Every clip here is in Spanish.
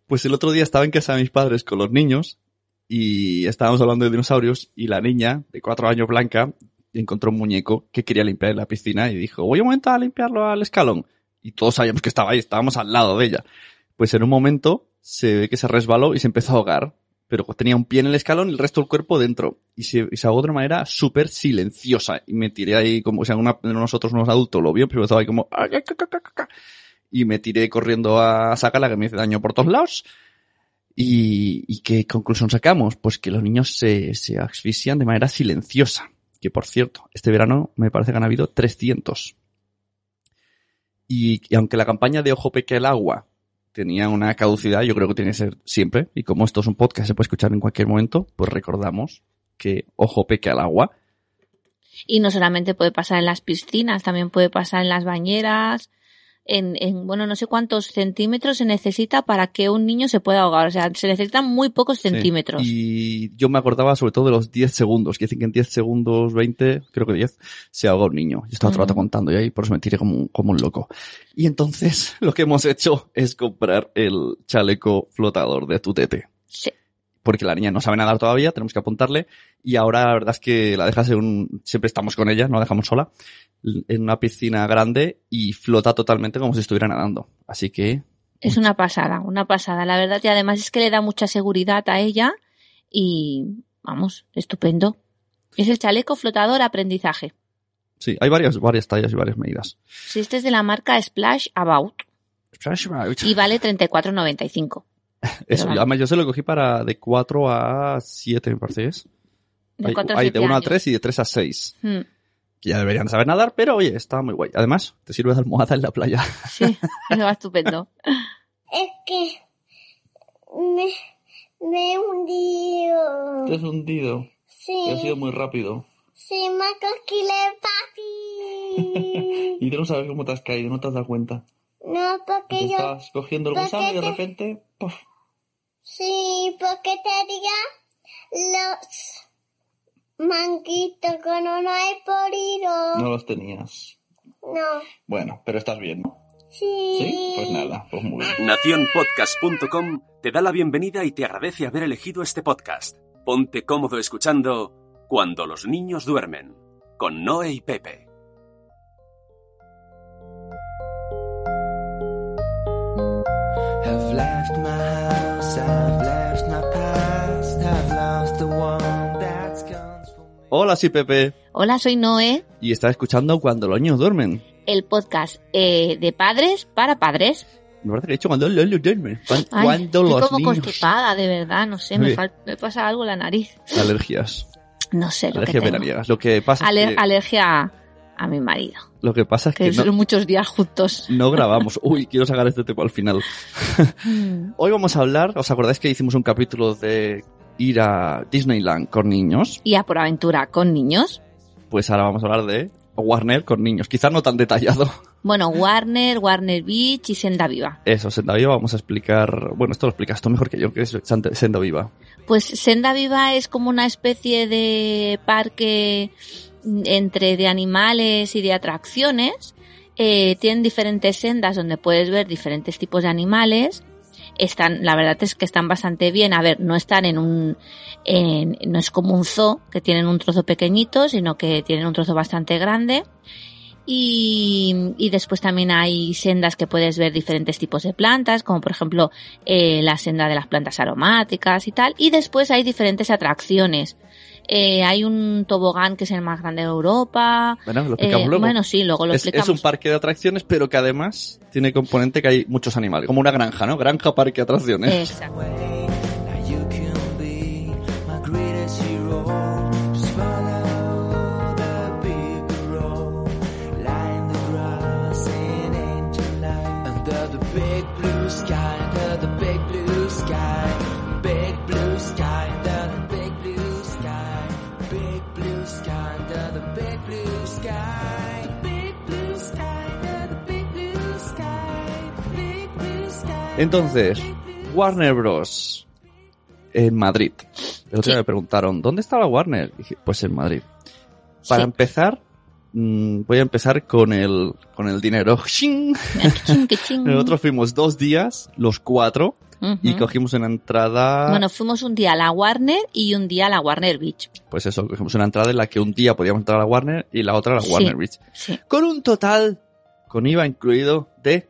Pues el otro día estaba en casa de mis padres con los niños y estábamos hablando de dinosaurios y la niña, de 4 años, Blanca, encontró un muñeco que quería limpiar en la piscina y dijo, voy un momento a limpiarlo al escalón. Y todos sabíamos que estaba ahí, estábamos al lado de ella. Pues en un momento se ve que se resbaló y se empezó a ahogar. Pero tenía un pie en el escalón y el resto del cuerpo dentro. Y se ahogó de una manera súper silenciosa. Y me tiré ahí como, o sea, nosotros unos adultos lo vio, pero estaba ahí como... Y me tiré corriendo a sacarla, que me hizo daño por todos lados. ¿Y qué conclusión sacamos? Pues que los niños se asfixian de manera silenciosa. Que, por cierto, este verano me parece que han habido 300. Y aunque la campaña de Ojo Peque el Agua tenía una caducidad, yo creo que tiene que ser siempre, y como esto es un podcast, se puede escuchar en cualquier momento, pues recordamos que Ojo Peque al Agua. Y no solamente puede pasar en las piscinas, también puede pasar en las bañeras, bueno, no sé cuántos centímetros se necesita para que un niño se pueda ahogar. O sea, se necesitan muy pocos centímetros. Y yo me acordaba sobre todo de los 10 segundos, que dicen que en 10 segundos, 20, creo que 10, se ahoga un niño. Yo estaba todo el rato contando y ahí por eso me tiré como un loco. Y entonces lo que hemos hecho es comprar el chaleco flotador de Tutete. Sí. Porque la niña no sabe nadar todavía, tenemos que apuntarle, y ahora la verdad es que la dejas siempre estamos con ella, no la dejamos sola, en una piscina grande y flota totalmente como si estuviera nadando. Así que... Es una pasada, la verdad, y además es que le da mucha seguridad a ella y, vamos, estupendo. Es el chaleco flotador aprendizaje. Sí, hay varias tallas y varias medidas. Sí, este es de la marca Splash About. Splash About. Y vale 34,95. Eso, vale. Además yo se lo cogí de 4 a 7, me parece es. De 4 a hay 7 de 1 a años. 3 y de 3 a 6. Que ya deberían saber nadar, pero oye, está muy guay. Además, te sirve de almohada en la playa. Sí, eso va estupendo. Es que me he hundido. ¿Te has hundido? Sí. Que ha sido muy rápido. Sí, me ha cogido el papi. Y tú no sabes cómo te has caído, no te has dado cuenta. No, porque yo... Estás cogiendo el gusano y de repente... ¡puff! Sí, porque tenía los manguitos cuando no he podido. No los tenías. No. Bueno, pero estás bien. Sí. ¿Sí? Pues nada, pues muy bien. Nacionpodcast.com te da la bienvenida y te agradece haber elegido este podcast. Ponte cómodo escuchando Cuando los niños duermen, con Noé y Pepe. I've left my house, I've left my past, I've lost the one that's gone for me. Hola, soy Pepe. Hola, soy Noé, Y estás escuchando Cuando los niños duermen. el podcast de padres para padres. Me parece que he dicho Cuando los niños duermen. Ay, Cuando estoy los como niños... constipada, de verdad, no sé, Sí. me pasa algo en la nariz. Alergias. No sé lo que Alergias tengo. veraniegas. Lo que pasa es que... Alergia a mi marido, Lo que pasa es que que son muchos días juntos. no grabamos. Uy, quiero sacar este tema al final. Hoy vamos a hablar... ¿Os acordáis que hicimos un capítulo de ir a Disneyland con niños? Y a por aventura con niños. Pues ahora vamos a hablar de Warner con niños. Quizás no tan detallado. Bueno, Warner Beach y Senda Viva. Eso, Senda Viva, vamos a explicar... Bueno, esto lo explicas tú mejor que yo, que es Senda Viva. Pues Senda Viva es como una especie de parque entre de animales y de atracciones. Tienen diferentes sendas donde puedes ver diferentes tipos de animales. La verdad es que están bastante bien. A ver, no están no es como un zoo, que tienen un trozo pequeñito, sino que tienen un trozo bastante grande. Y después también hay sendas que puedes ver diferentes tipos de plantas, como por ejemplo la senda de las plantas aromáticas y tal. Y después hay diferentes atracciones. Hay un tobogán que es el más grande de Europa. Bueno, lo explicamos luego. Bueno, sí, luego lo explicamos. Es un parque de atracciones, pero que además tiene componente que hay muchos animales. Como una granja, ¿no? Granja, parque, atracciones. Exacto. Now you can be my greatest hero. Just follow the big road, lie in the grass in angel light, under the big blue sky, under the big blue sky, big blue sky, under the big blue sky, big blue sky, under the big blue sky, big blue sky, under the big blue sky, big blue sky. Entonces, Warner Bros. En Madrid. El otro día me preguntaron, ¿dónde estaba Warner? Y dije, pues en Madrid. Para Sí. empezar, voy a empezar con el dinero. ¡Shing! Kichín, kichín. Nosotros fuimos 2 días, los 4, Ujú. y cogimos una entrada... Bueno, fuimos un día a la Warner y un día a la Warner Beach. Pues eso, cogimos una entrada en la que un día podíamos entrar a la Warner y la otra a la Sí. Warner Beach. Sí. Con un total, con IVA incluido, de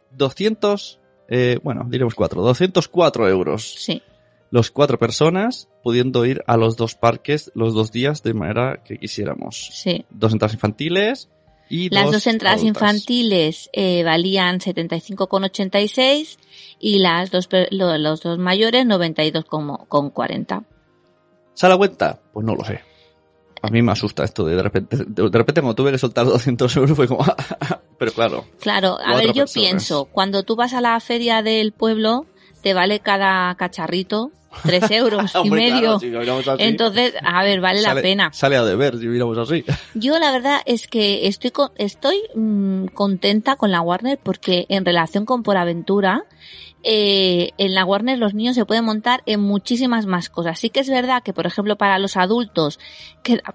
204 euros. Sí. Los 4 personas pudiendo ir a los 2 parques los 2 días de manera que quisiéramos. Sí. 2 entradas infantiles y Las 2 entradas adultas. infantiles valían 75,86 y los dos mayores 92,40. ¿Sale a cuenta? Pues no lo sé. A mí me asusta esto de repente cuando tuve que soltar 200 euros fue como... Pero claro. Claro, a 4 ver, yo personas. pienso, cuando tú vas a la feria del pueblo, te vale cada cacharrito 3 euros y Hombre, medio. claro, si lo miramos así, Entonces, a ver, vale la pena. Sale a deber si miramos así. Yo la verdad es que estoy contenta con la Warner porque en relación con Por Aventura, en la Warner los niños se pueden montar en muchísimas más cosas. Sí que es verdad que, por ejemplo, para los adultos queda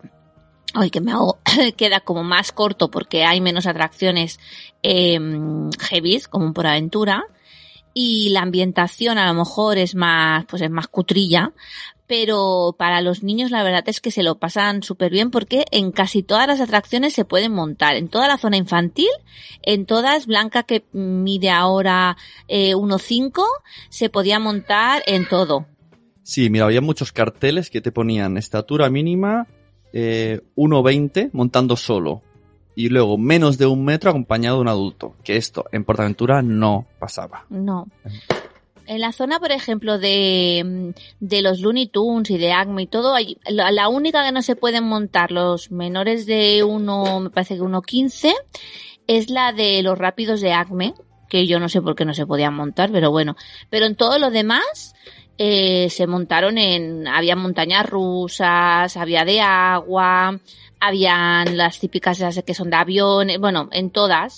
como más corto porque hay menos atracciones heavies, como en Por Aventura, y la ambientación a lo mejor es más cutrilla, pero para los niños la verdad es que se lo pasan súper bien porque en casi todas las atracciones se pueden montar, en toda la zona infantil, en todas, Blanca que mide ahora 1,5, se podía montar en todo. Sí, mira, había muchos carteles que te ponían estatura mínima 1,20 montando solo. Y luego menos de 1 metro acompañado de un adulto. Que esto en PortAventura no pasaba. No. En la zona, por ejemplo, de los Looney Tunes y de Acme y todo, la única que no se pueden montar los menores de me parece que 1,15, es la de los rápidos de Acme, que yo no sé por qué no se podían montar, pero bueno. Pero en todo lo demás, se montaron había montañas rusas, había de agua, habían las típicas esas que son de aviones, bueno, en todas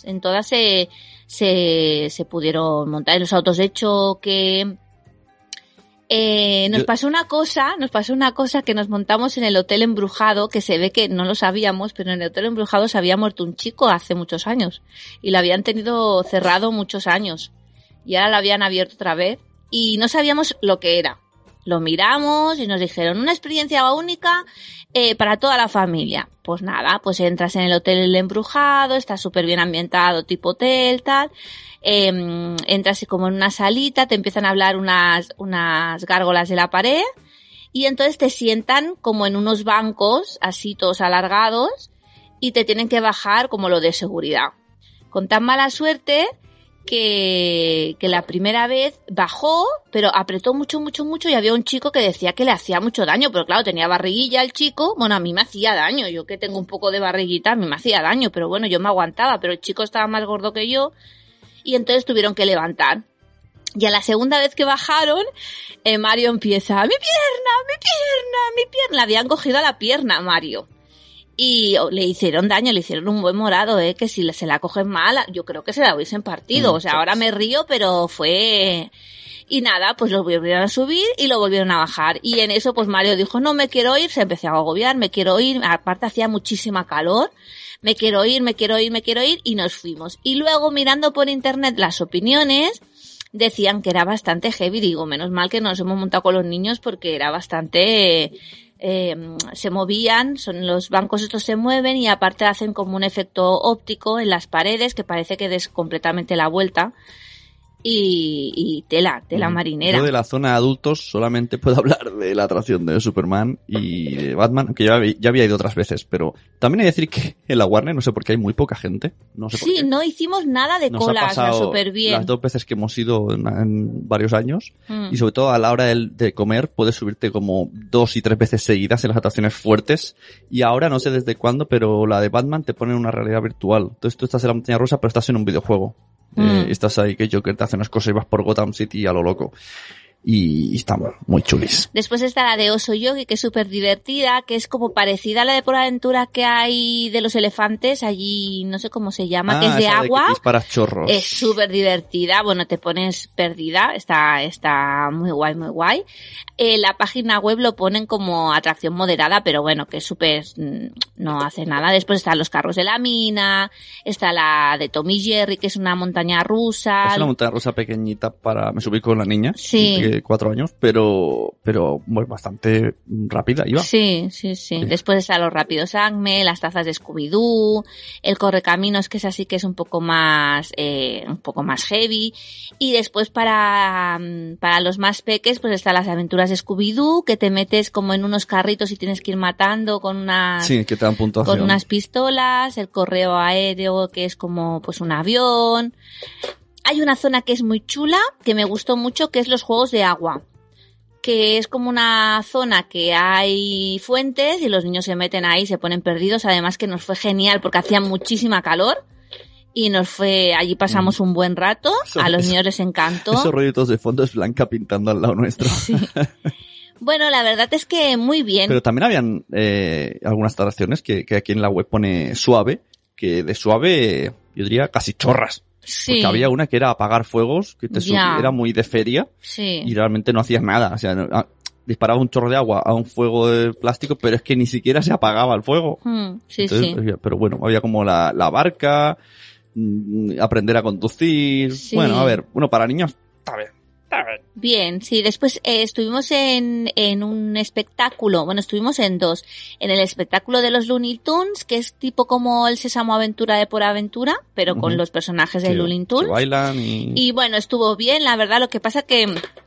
se pudieron montar. En los autos de choque. Nos pasó una cosa que nos montamos en el Hotel Embrujado, que se ve que no lo sabíamos, pero en el Hotel Embrujado se había muerto un chico hace muchos años y lo habían tenido cerrado muchos años y ahora lo habían abierto otra vez y no sabíamos lo que era. Lo miramos y nos dijeron una experiencia única para toda la familia. Pues nada, pues entras en el Hotel Embrujado, está súper bien ambientado, tipo hotel, tal. Entras como en una salita, te empiezan a hablar unas gárgolas de la pared y entonces te sientan como en unos bancos, así todos alargados, y te tienen que bajar como lo de seguridad. Con tan mala suerte que la primera vez bajó, pero apretó mucho y había un chico que decía que le hacía mucho daño, pero claro, tenía barriguilla el chico, bueno, a mí me hacía daño, yo que tengo un poco de barriguita, a mí me hacía daño, pero bueno, yo me aguantaba, pero el chico estaba más gordo que yo y entonces tuvieron que levantar. Y a la segunda vez que bajaron, Mario empieza, ¡mi pierna! Le habían cogido a la pierna a Mario. Y le hicieron daño, le hicieron un buen morado, que si se la cogen mal, yo creo que se la hubiesen partido. O sea, ahora me río, pero fue... Y nada, pues lo volvieron a subir y lo volvieron a bajar. Y en eso, pues Mario dijo, no me quiero ir, se empezó a agobiar, me quiero ir. Aparte hacía muchísima calor, me quiero ir, y nos fuimos. Y luego, mirando por internet las opiniones, decían que era bastante heavy. Digo, menos mal que nos hemos montado con los niños porque era bastante... se movían, los bancos estos se mueven y aparte hacen como un efecto óptico en las paredes que parece que des completamente la vuelta y tela marinera. Yo de la zona de adultos solamente puedo hablar de la atracción de Superman y de Batman, que ya había ido otras veces, pero también hay que decir que en la Warner, no sé por qué hay muy poca gente, no sé por qué. Sí, no hicimos nada de Nos colas, ha pasado súper bien. las 2 veces que hemos ido en varios años y sobre todo a la hora de comer puedes subirte como 2 y 3 veces seguidas en las atracciones fuertes y ahora no sé desde cuándo, pero la de Batman te pone una realidad virtual. Entonces tú estás en la montaña rusa pero estás en un videojuego. Estás ahí que Joker te hace unas cosas y vas por Gotham City a lo loco. y estamos muy chulis. Después está la de Oso Yogi, que es súper divertida, que es como parecida a la de Por Aventura que hay de los elefantes, allí no sé cómo se llama, que es de esa agua. que disparas chorros. Es súper divertida, bueno, te pones perdida, está muy guay, muy guay. La página web lo ponen como atracción moderada, pero bueno, que es súper, no hace nada. Después están los carros de la mina, está la de Tom y Jerry, que es una montaña rusa. Es una montaña rusa pequeñita me subí con la niña, Sí. de 4 años, pero bueno, bastante rápida iba. Sí. Después están los rápidos Acme, las tazas de Scooby-Doo, el correcaminos, que es así, que es un poco más heavy. Y después para los más peques, pues están las aventuras de Scooby-Doo, que te metes como en unos carritos y tienes que ir matando con Sí, que te dan puntuación. con unas pistolas, el correo aéreo, que es como pues un avión. Hay una zona que es muy chula, que me gustó mucho, que es los juegos de agua, que es como una zona que hay fuentes y los niños se meten ahí, se ponen perdidos. Además que nos fue genial porque hacía muchísima calor y allí pasamos un buen rato. A los niños les encantó. Esos rollitos de fondo es Blanca pintando al lado nuestro. Sí. Bueno, la verdad es que muy bien. Pero también habían algunas atracciones que aquí en la web pone suave, que de suave yo diría casi chorras. Sí. Porque había una que era apagar fuegos, que Ya. era muy de feria Sí. y realmente no hacías nada. O sea, disparaba un chorro de agua a un fuego de plástico, pero es que ni siquiera se apagaba el fuego. Sí, Entonces, sí. pero bueno, había como la barca, aprender a conducir. Sí. Bueno, a ver, para niños está bien. Bien, sí. Después estuvimos en un espectáculo, bueno, estuvimos en dos. En el espectáculo de los Looney Tunes, que es tipo como el Sésamo Aventura de Por Aventura, pero con Ujú. los personajes de Que- Looney que Tunes. bailan Y bueno, estuvo bien, la verdad. Lo que pasa que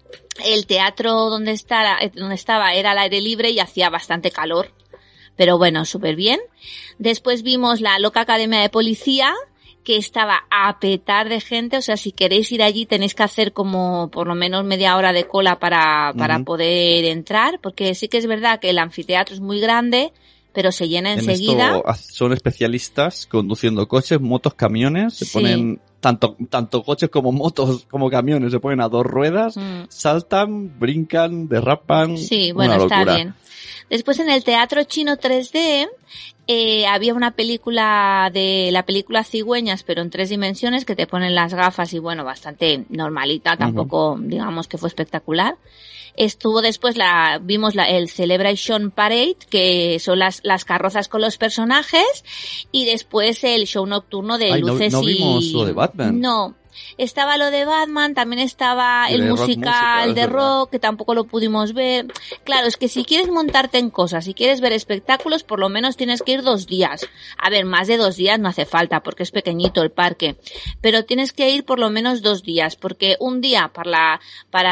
el teatro donde estaba era al aire libre y hacía bastante calor. Pero bueno, súper bien. Después vimos la Loca Academia de Policía, que estaba a petar de gente. O sea, si queréis ir allí tenéis que hacer como por lo menos media hora de cola para Ujú. poder entrar. Porque sí que es verdad que el anfiteatro es muy grande, pero se llena En enseguida. esto son especialistas conduciendo coches, motos, camiones. Se Sí. ponen tanto coches como motos como camiones. Se ponen a 2 ruedas, saltan, brincan, derrapan. Sí, bueno, Una está locura. bien. Después en el Teatro Chino 3D había una película de la película Cigüeñas, pero en 3 dimensiones, que te ponen las gafas y bueno, bastante normalita, tampoco digamos que fue espectacular. Estuvo después vimos el Celebration Parade, que son las carrozas con los personajes, y después el show nocturno de Ay, luces no vimos lo de Batman. No. Estaba lo de Batman, también estaba Y el de rock musical musical, de es verdad. rock, que tampoco lo pudimos ver. Claro, es que si quieres montarte en cosas, si quieres ver espectáculos, por lo menos tienes que ir 2 días. A ver, más de 2 días no hace falta, porque es pequeñito el parque. Pero tienes que ir por lo menos 2 días, porque un día para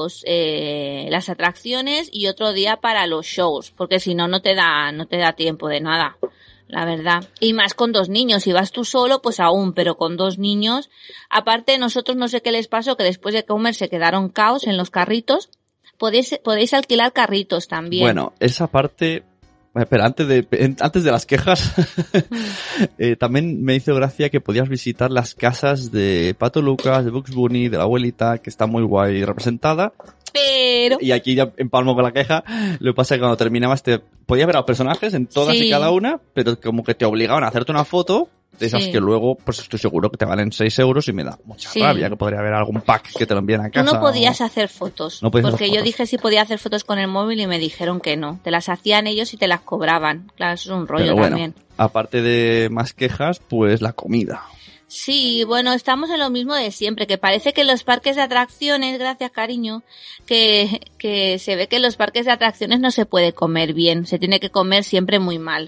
las atracciones y otro día para los shows, porque si no, no te da tiempo de nada. La verdad. Y más con 2 niños. Si vas tú solo, pues aún, pero con 2 niños. Aparte, nosotros no sé qué les pasó, que después de comer se quedaron caos en los carritos. Podéis alquilar carritos también. Bueno, esa parte... Espera, antes de las quejas, también me hizo gracia que podías visitar las casas de Pato Lucas, de Bugs Bunny, de la abuelita, que está muy guay representada. Pero... Y aquí ya empalmo con la queja. Lo que pasa es que cuando terminabas podías ver a los personajes en todas Sí. y cada una, pero como que te obligaban a hacerte una foto de esas Sí. que luego, pues estoy seguro que te valen 6 euros y me da mucha Sí. rabia que podría haber algún pack que te lo envíen a Tú casa. no podías o- hacer fotos, No podías hacer porque yo fotos. dije si podía hacer fotos con el móvil y me dijeron que no. Te las hacían ellos y te las cobraban. Claro, eso es un rollo Pero bueno, también. aparte de más quejas, pues la comida. Sí, bueno, estamos en lo mismo de siempre, que parece que los parques de atracciones, gracias cariño, que se ve que en los parques de atracciones no se puede comer bien, se tiene que comer siempre muy mal.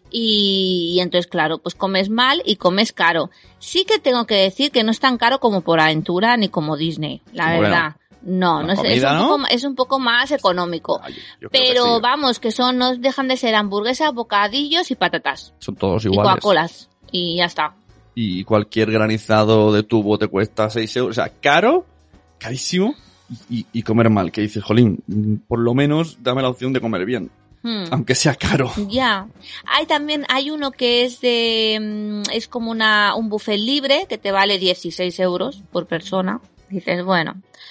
Y entonces, claro, pues comes mal y comes caro. Sí que tengo que decir que no es tan caro como Por Aventura ni como Disney, la Bueno, verdad. No, la no es, comida, ¿no? es un poco más económico. Ay, yo creo que Pero sí. vamos, que no dejan de ser hamburguesas, bocadillos y patatas. Son todos Y iguales. Coca-Colas. Y ya está. Y cualquier granizado de tubo te cuesta 6 euros. O sea, caro, carísimo, y comer mal. Que dices, jolín, por lo menos dame la opción de comer bien. Aunque sea caro. Ya. Hay uno que es como un buffet libre que te vale 16 euros por persona. Dices, bueno.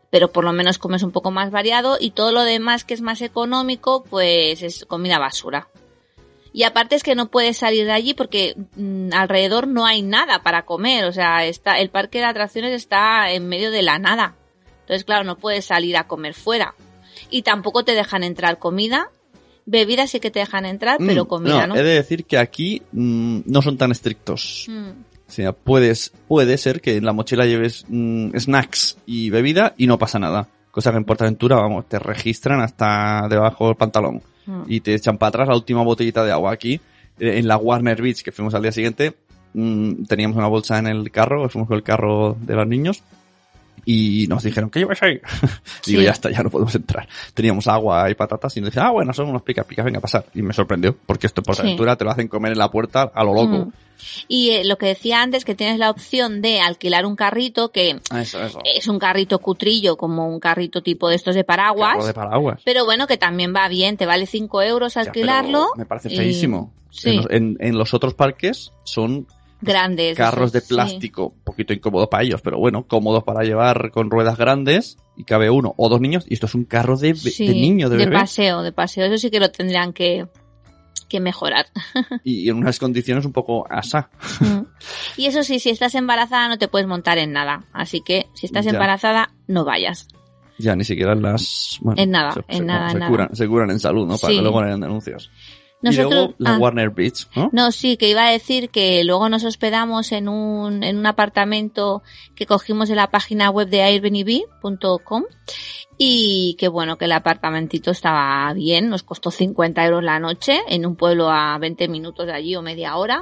pero por lo menos comes un poco más variado, y todo lo demás que es más económico, pues es comida basura. Y aparte es que no puedes salir de allí porque alrededor no hay nada para comer, o sea, el parque de atracciones está en medio de la nada. Entonces, claro, no puedes salir a comer fuera. Y tampoco te dejan entrar comida. Bebidas sí que te dejan entrar, pero comida no. He de decir que aquí no son tan estrictos. O sea, puede ser que en la mochila lleves snacks y bebida y no pasa nada. Cosa que en PortAventura, vamos, te registran hasta debajo del pantalón. Y te echan para atrás la última botellita de agua. Aquí, en la Warner Beach, que fuimos al día siguiente, teníamos una bolsa en el carro, fuimos con el carro de los niños, y nos dijeron, ¿qué lleváis ahí? Digo, ya está, ya no podemos entrar. Teníamos agua y patatas, y nos decían, bueno, son unos pica, venga a pasar. Y me sorprendió, porque esto en PortAventura te lo hacen comer en la puerta a lo loco. Y lo que decía antes, que tienes la opción de alquilar un carrito, que Eso. es un carrito cutrillo, como un carrito tipo de estos de paraguas. Carro de paraguas. Pero bueno, que también va bien, te vale 5 euros alquilarlo. Me parece feísimo. Sí. En los otros parques son grandes. carros de sí. plástico, un poquito incómodos para ellos, pero bueno, cómodos para llevar con ruedas grandes, y cabe uno o dos niños, y esto es un carro de niño, de bebé. De paseo, eso sí que lo tendrían que mejorar. Y en unas condiciones un poco asá. Y eso sí, si estás embarazada no te puedes montar en nada, así que si estás Ya. embarazada no vayas. Ya, ni siquiera las... Bueno, En nada, en nada. Se curan en salud, ¿no? Para Sí. que luego no hayan denuncias. Nosotros, y luego la Warner Beach, ¿no? No, sí, que iba a decir que luego nos hospedamos en un apartamento que cogimos de la página web de airbnb.com, y que bueno, que el apartamentito estaba bien, nos costó 50 euros la noche en un pueblo a 20 minutos de allí o media hora,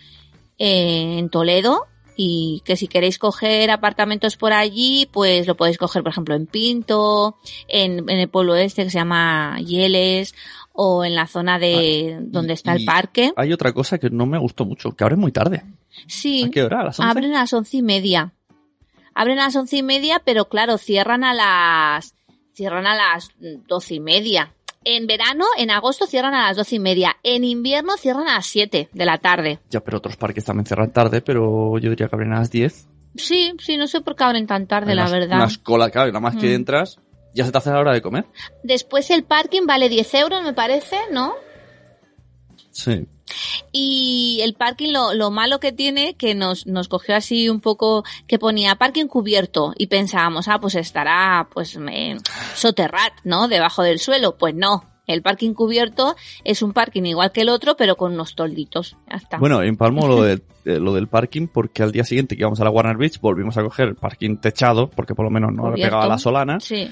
en Toledo. Y que si queréis coger apartamentos por allí, pues lo podéis coger, por ejemplo, en Pinto, en el pueblo este que se llama Yeles, o en la zona de donde está el parque. Hay otra cosa que no me gustó mucho, que abren muy tarde. Sí. ¿A qué hora? ¿A las 11? Abren a las 11:30. Abren a las 11:30, pero claro, cierran a las 12:30. En verano, en agosto, cierran a las 12:30. En invierno cierran a las 7 de la tarde. Ya, pero otros parques también cierran tarde, pero yo diría que abren a las 10. Sí, no sé por qué abren tan tarde, Hay la verdad. Unas colas, claro, y nada más que entras, ya se te hace la hora de comer. Después el parking vale 10 euros, me parece, ¿no? Sí. Y el parking, lo malo que tiene, que nos cogió así un poco, que ponía parking cubierto, y pensábamos, pues estará, pues, soterrat, ¿no? Debajo del suelo. Pues no. El parking cubierto es un parking igual que el otro, pero con unos tolditos. Ya está. Bueno, empalmo lo del parking, porque al día siguiente que íbamos a la Warner Beach volvimos a coger el parking techado, porque por lo menos no le pegaba la solana. Sí.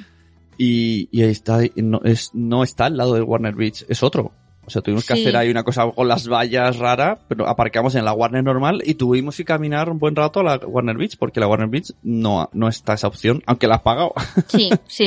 Y ahí está, no está al lado del Warner Beach, es otro. O sea, tuvimos que hacer ahí una cosa con las vallas rara, pero aparcamos en la Warner normal y tuvimos que caminar un buen rato a la Warner Beach, porque la Warner Beach no está esa opción, aunque la has pagado. Sí.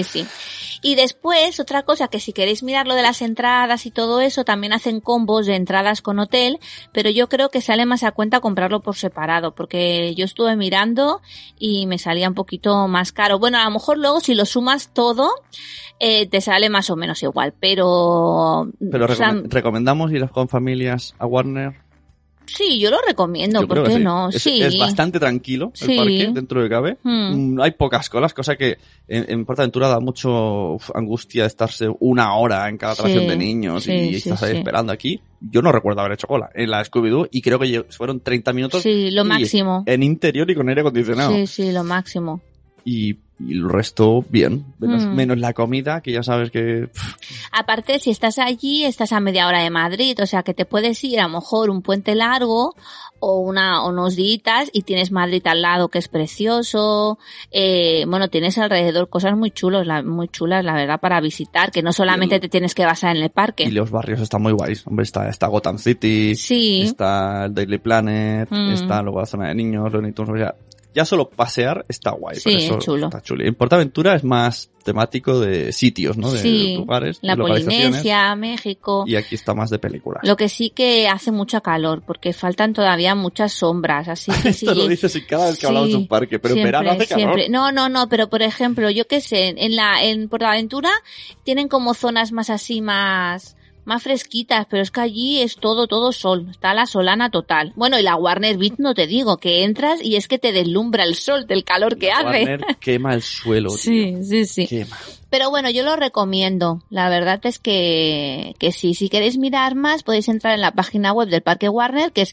Y después, otra cosa, que si queréis mirar lo de las entradas y todo eso, también hacen combos de entradas con hotel, pero yo creo que sale más a cuenta comprarlo por separado, porque yo estuve mirando y me salía un poquito más caro. Bueno, a lo mejor luego si lo sumas todo, te sale más o menos igual, pero... ¿Recomendamos ir con familias a Warner? Sí, yo lo recomiendo, Yo creo ¿por qué que sí. no? Es bastante tranquilo el parque, dentro de cabe. Hay pocas colas, cosa que en PortAventura da mucho angustia estarse una hora en cada atracción de niños y estás ahí esperando. Aquí yo no recuerdo haber hecho cola en la Scooby-Doo y creo que fueron 30 minutos. Sí, lo máximo. En interior y con aire acondicionado. Sí, lo máximo. Y el resto, bien. Menos la comida, que ya sabes que... Aparte, si estás allí, estás a media hora de Madrid, o sea que te puedes ir a lo mejor un puente largo o unos días y tienes Madrid al lado, que es precioso. Bueno, tienes alrededor cosas muy chulas, la verdad, para visitar, que no solamente te tienes que basar en el parque. Y los barrios están muy guays. Hombre, está Gotham City, está el Daily Planet, está luego la zona de niños, Looney Tunes, o sea, ya solo pasear está guay. Sí, eso es chulo. Está chulo. En PortAventura es más temático de sitios, ¿no? De lugares. La de localizaciones. Polinesia, México. Y aquí está más de películas. Lo que sí que hace mucha calor, porque faltan todavía muchas sombras, así que Esto lo dices cada vez que hablamos de un parque, pero en verano hace calor. No, pero por ejemplo, yo qué sé, en PortAventura tienen como zonas más así, más más fresquitas, pero es que allí es todo sol, está la solana total. Bueno, y la Warner Beach no te digo, que entras y es que te deslumbra el sol del calor que hace. Warner quema el suelo, tío. Sí. Quema. Pero bueno, yo lo recomiendo. La verdad es que sí. Si queréis mirar más, podéis entrar en la página web del Parque Warner, que es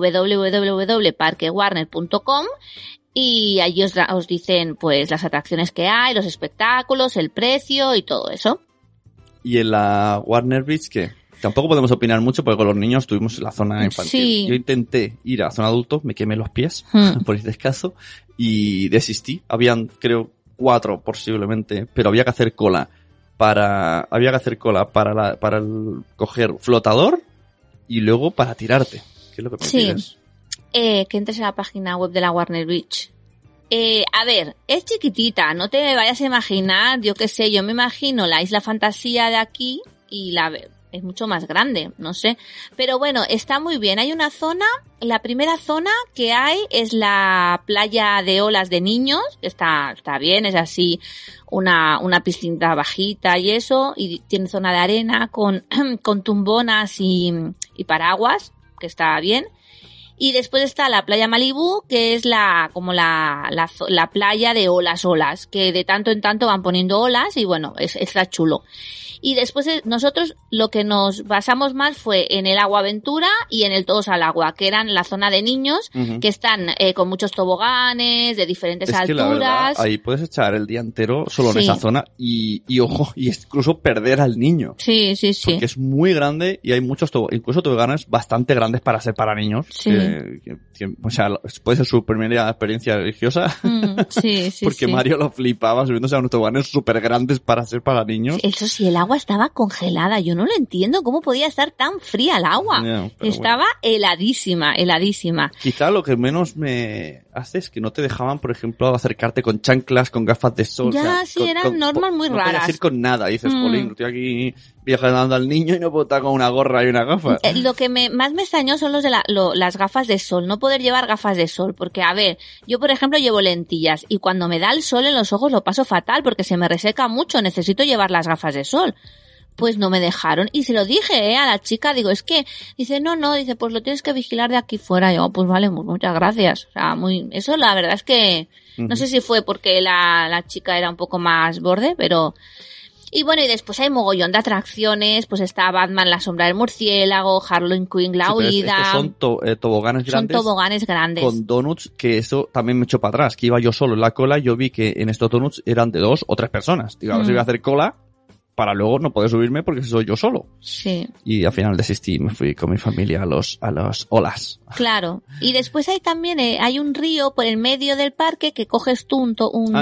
www.parquewarner.com, y allí os dicen pues las atracciones que hay, los espectáculos, el precio y todo eso. Y en la Warner Beach, ¿qué? Tampoco podemos opinar mucho porque con los niños estuvimos en la zona infantil. Sí. Yo intenté ir a zona adulto, me quemé los pies, por ir descalzo, y desistí. Habían, creo, 4 posiblemente, pero había que hacer cola para el coger flotador y luego para tirarte. ¿Qué es lo que me pides? Que entres en la página web de la Warner Beach. A ver, es chiquitita, no te vayas a imaginar, yo qué sé, yo me imagino la Isla Fantasía de aquí y es mucho más grande, no sé. Pero bueno, está muy bien. Hay una zona, la primera zona que hay es la playa de olas de niños, que está bien, es así una piscina bajita y eso, y tiene zona de arena con tumbonas y paraguas, que está bien. Y después está la playa Malibú, que es la playa de olas, que de tanto en tanto van poniendo olas y bueno, está chulo. Y después nosotros lo que nos basamos más fue en el Agua Aventura y en el Todos al Agua, que eran la zona de niños, que están con muchos toboganes de diferentes alturas. Que la verdad, ahí puedes echar el día entero solo en esa zona y ojo, y incluso perder al niño. Sí. Porque es muy grande y hay muchos incluso toboganes bastante grandes para ser para niños. Sí. O sea, puede ser su primera experiencia religiosa. Sí. Porque Mario lo flipaba subiéndose a unos toboganes súper grandes para ser para niños. Eso sí, el agua estaba congelada. Yo no lo entiendo. ¿Cómo podía estar tan fría el agua? Estaba heladísima. Quizá lo que menos me hace es que no te dejaban, por ejemplo, acercarte con chanclas, con gafas de sol. Ya, eran normas muy raras. No podías ir con nada. Y dices, jolín, estoy aquí viajando al niño y no puedo estar con una gorra y una gafa. Lo que más me extrañó son las gafas de sol. No poder llevar gafas de sol. Porque, a ver, yo, por ejemplo, llevo lentillas y cuando me da el sol en los ojos lo paso fatal porque se me reseca mucho. Necesito llevar las gafas de sol. Pues no me dejaron. Y se lo dije, a la chica, digo, es que, dice, no, dice, pues lo tienes que vigilar de aquí fuera. Y yo, pues vale, muchas gracias. O sea, eso la verdad es que, no sé si fue porque la chica era un poco más borde, pero, y bueno, y después hay mogollón de atracciones, pues está Batman, la sombra del murciélago, Harley Quinn, la huida. Estos son toboganes grandes. Son toboganes grandes. Con donuts, que eso también me echó para atrás, que iba yo solo en la cola, yo vi que en estos donuts eran de 2 o 3 personas. Digo, a ver si voy a hacer cola para luego no poder subirme porque soy yo solo. Sí. Y al final desistí y me fui con mi familia a las olas. Claro. Y después hay también, hay un río por el medio del parque que coges tú un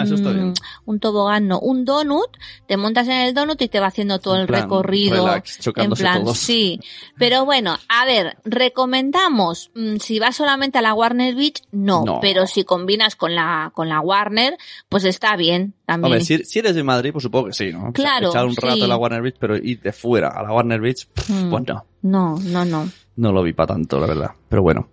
tobogán, no, un donut, te montas en el donut y te va haciendo todo el recorrido. Relax, chocándose en plan, todos. sí. Pero bueno, a ver, recomendamos, si vas solamente a la Warner Beach, no. Pero si combinas con la Warner, pues está bien también. A ver, si eres de Madrid, pues supongo que sí, ¿no? Claro. Echar un rato en la Warner Beach, pero ir de fuera a la Warner Beach, pues no. No. No lo vi para tanto, la verdad. Pero bueno,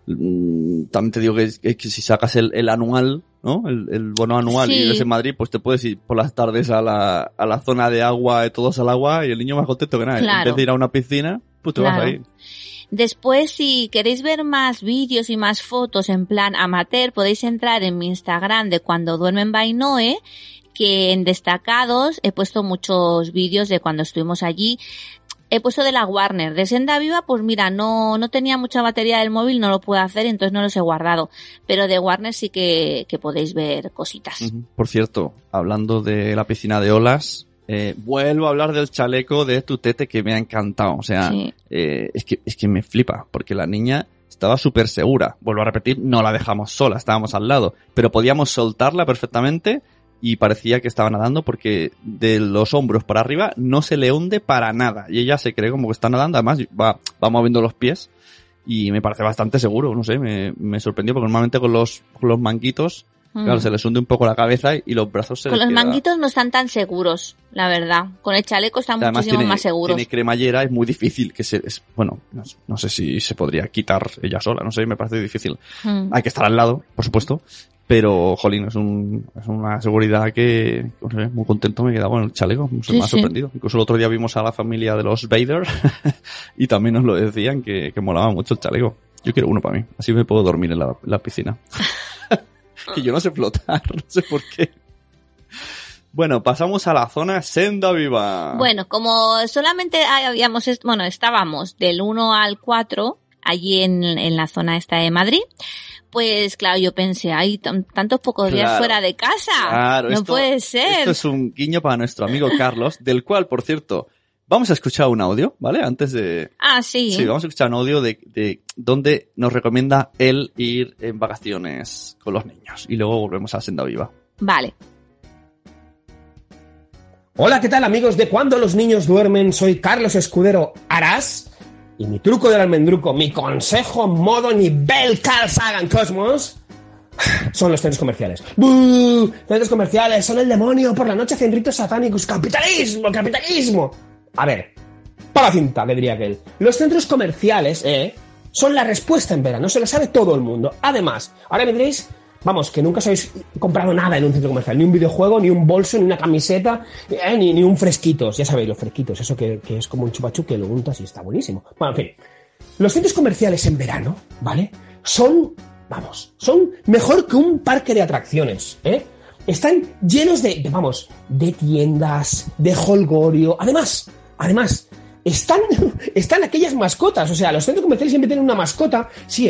también te digo que si sacas el anual, ¿no? El bono anual y eres en Madrid, pues te puedes ir por las tardes a la zona de agua, de todos al agua, y el niño más contento que nada. Claro. En vez de ir a una piscina, pues te vas ahí. Después, si queréis ver más vídeos y más fotos en plan amateur, podéis entrar en mi Instagram de Cuando Duermen by Noe, que en destacados he puesto muchos vídeos de cuando estuvimos allí. He puesto de la Warner. De Senda Viva, pues mira, no tenía mucha batería del móvil, no lo pude hacer, entonces no los he guardado. Pero de Warner sí que podéis ver cositas. Por cierto, hablando de la piscina de olas, vuelvo a hablar del chaleco de Tutete que me ha encantado. O sea, es que me flipa, porque la niña estaba súper segura. Vuelvo a repetir, no la dejamos sola, estábamos al lado. Pero podíamos soltarla perfectamente y parecía que estaba nadando porque de los hombros para arriba no se le hunde para nada. Y ella se cree como que está nadando, además va moviendo los pies y me parece bastante seguro, no sé, me sorprendió porque normalmente con los manguitos, claro, se les hunde un poco la cabeza y los brazos se les Con los queda. manguitos no están tan seguros, la verdad. Con el chaleco están Además, muchísimo más seguros. Tiene cremallera, es muy difícil que no sé si se podría quitar ella sola, no sé, me parece difícil. Hay que estar al lado, por supuesto. Pero, jolín, es una seguridad que, no sé, muy contento me he quedado con el chaleco, me ha sorprendido. Incluso el otro día vimos a la familia de los Vader y también nos lo decían que molaba mucho el chaleco. Yo quiero uno para mí, así me puedo dormir en la piscina. Que yo no sé flotar, no sé por qué. Bueno, pasamos a la zona Senda Viva. Bueno, como solamente estábamos del 1 al 4 allí en la zona esta de Madrid, pues claro, yo pensé, hay tantos pocos días fuera de casa. Claro, no puede ser. Esto es un guiño para nuestro amigo Carlos, del cual, por cierto, vamos a escuchar un audio, ¿vale? Antes de... Ah, sí. Sí, vamos a escuchar un audio de donde nos recomienda él ir en vacaciones con los niños. Y luego volvemos a Senda Viva. Vale. Hola, ¿qué tal, amigos de Cuando los niños duermen? Soy Carlos Escudero Arás. Y mi truco del almendruco, mi consejo modo nivel Carl Sagan Cosmos, son los centros comerciales. ¡Bú! Centros comerciales son el demonio, por la noche hacen ritos satánicos. ¡Capitalismo, capitalismo! A ver, para cinta, le diría aquel. Los centros comerciales, son la respuesta en verano, se lo sabe todo el mundo. Además, ahora me diréis, vamos, que nunca os habéis comprado nada en un centro comercial, ni un videojuego, ni un bolso, ni una camiseta, ni un fresquitos, ya sabéis, los fresquitos, eso que es como un chupachup que lo untas y está buenísimo. Bueno, en fin, los centros comerciales en verano, ¿vale? Son mejor que un parque de atracciones, Están llenos de tiendas, de jolgorio, además, están aquellas mascotas, o sea, los centros comerciales siempre tienen una mascota,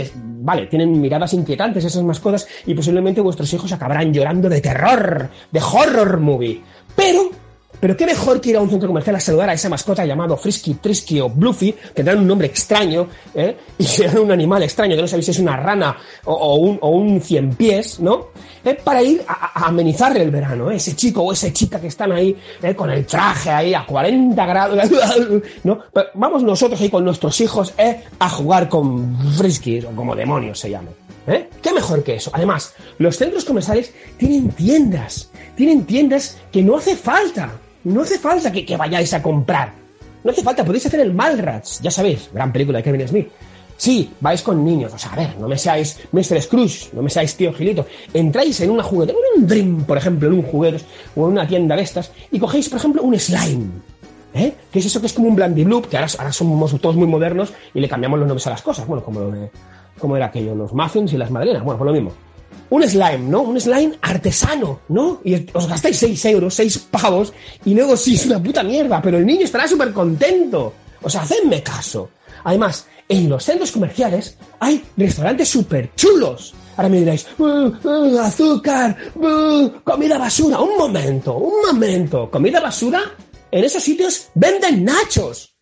tienen miradas inquietantes esas mascotas y posiblemente vuestros hijos acabarán llorando de terror, de horror movie. Pero qué mejor que ir a un centro comercial a saludar a esa mascota llamado Frisky, Trisky o Bluffy, que tendrán un nombre extraño, y serán un animal extraño, que no sabéis si es una rana o un 100 pies, ¿no? Para ir a amenizarle el verano, ese chico o esa chica que están ahí, con el traje ahí a 40 grados, ¿no? Pero vamos nosotros ahí con nuestros hijos, a jugar con Friskies, o como demonios se llamen. ¿Qué mejor que eso? Además, los centros comerciales tienen tiendas que no hace falta que vayáis a comprar. No hace falta, podéis hacer el Mallrats, ya sabéis, gran película de Kevin Smith. Sí, vais con niños, o sea, a ver, no me seáis Mr. Scrooge, no me seáis tío Gilito. Entráis en una juguete, en un Dream, por ejemplo, en un juguetos o en una tienda de estas, y cogéis, por ejemplo, un slime. ¿Qué es eso que es como un Blandibloop, que ahora somos todos muy modernos y le cambiamos los nombres a las cosas? Bueno, como era aquello, los muffins y las madrinas, bueno, pues lo mismo. Un slime, ¿no? Un slime artesano, ¿no? Y os gastáis 6 euros, 6 pavos, y luego sí, es una puta mierda, pero el niño estará súper contento. O sea, hacedme caso. Además, en los centros comerciales hay restaurantes súper chulos. Ahora me diréis, azúcar, comida basura. Un momento. ¿Comida basura? En esos sitios venden nachos.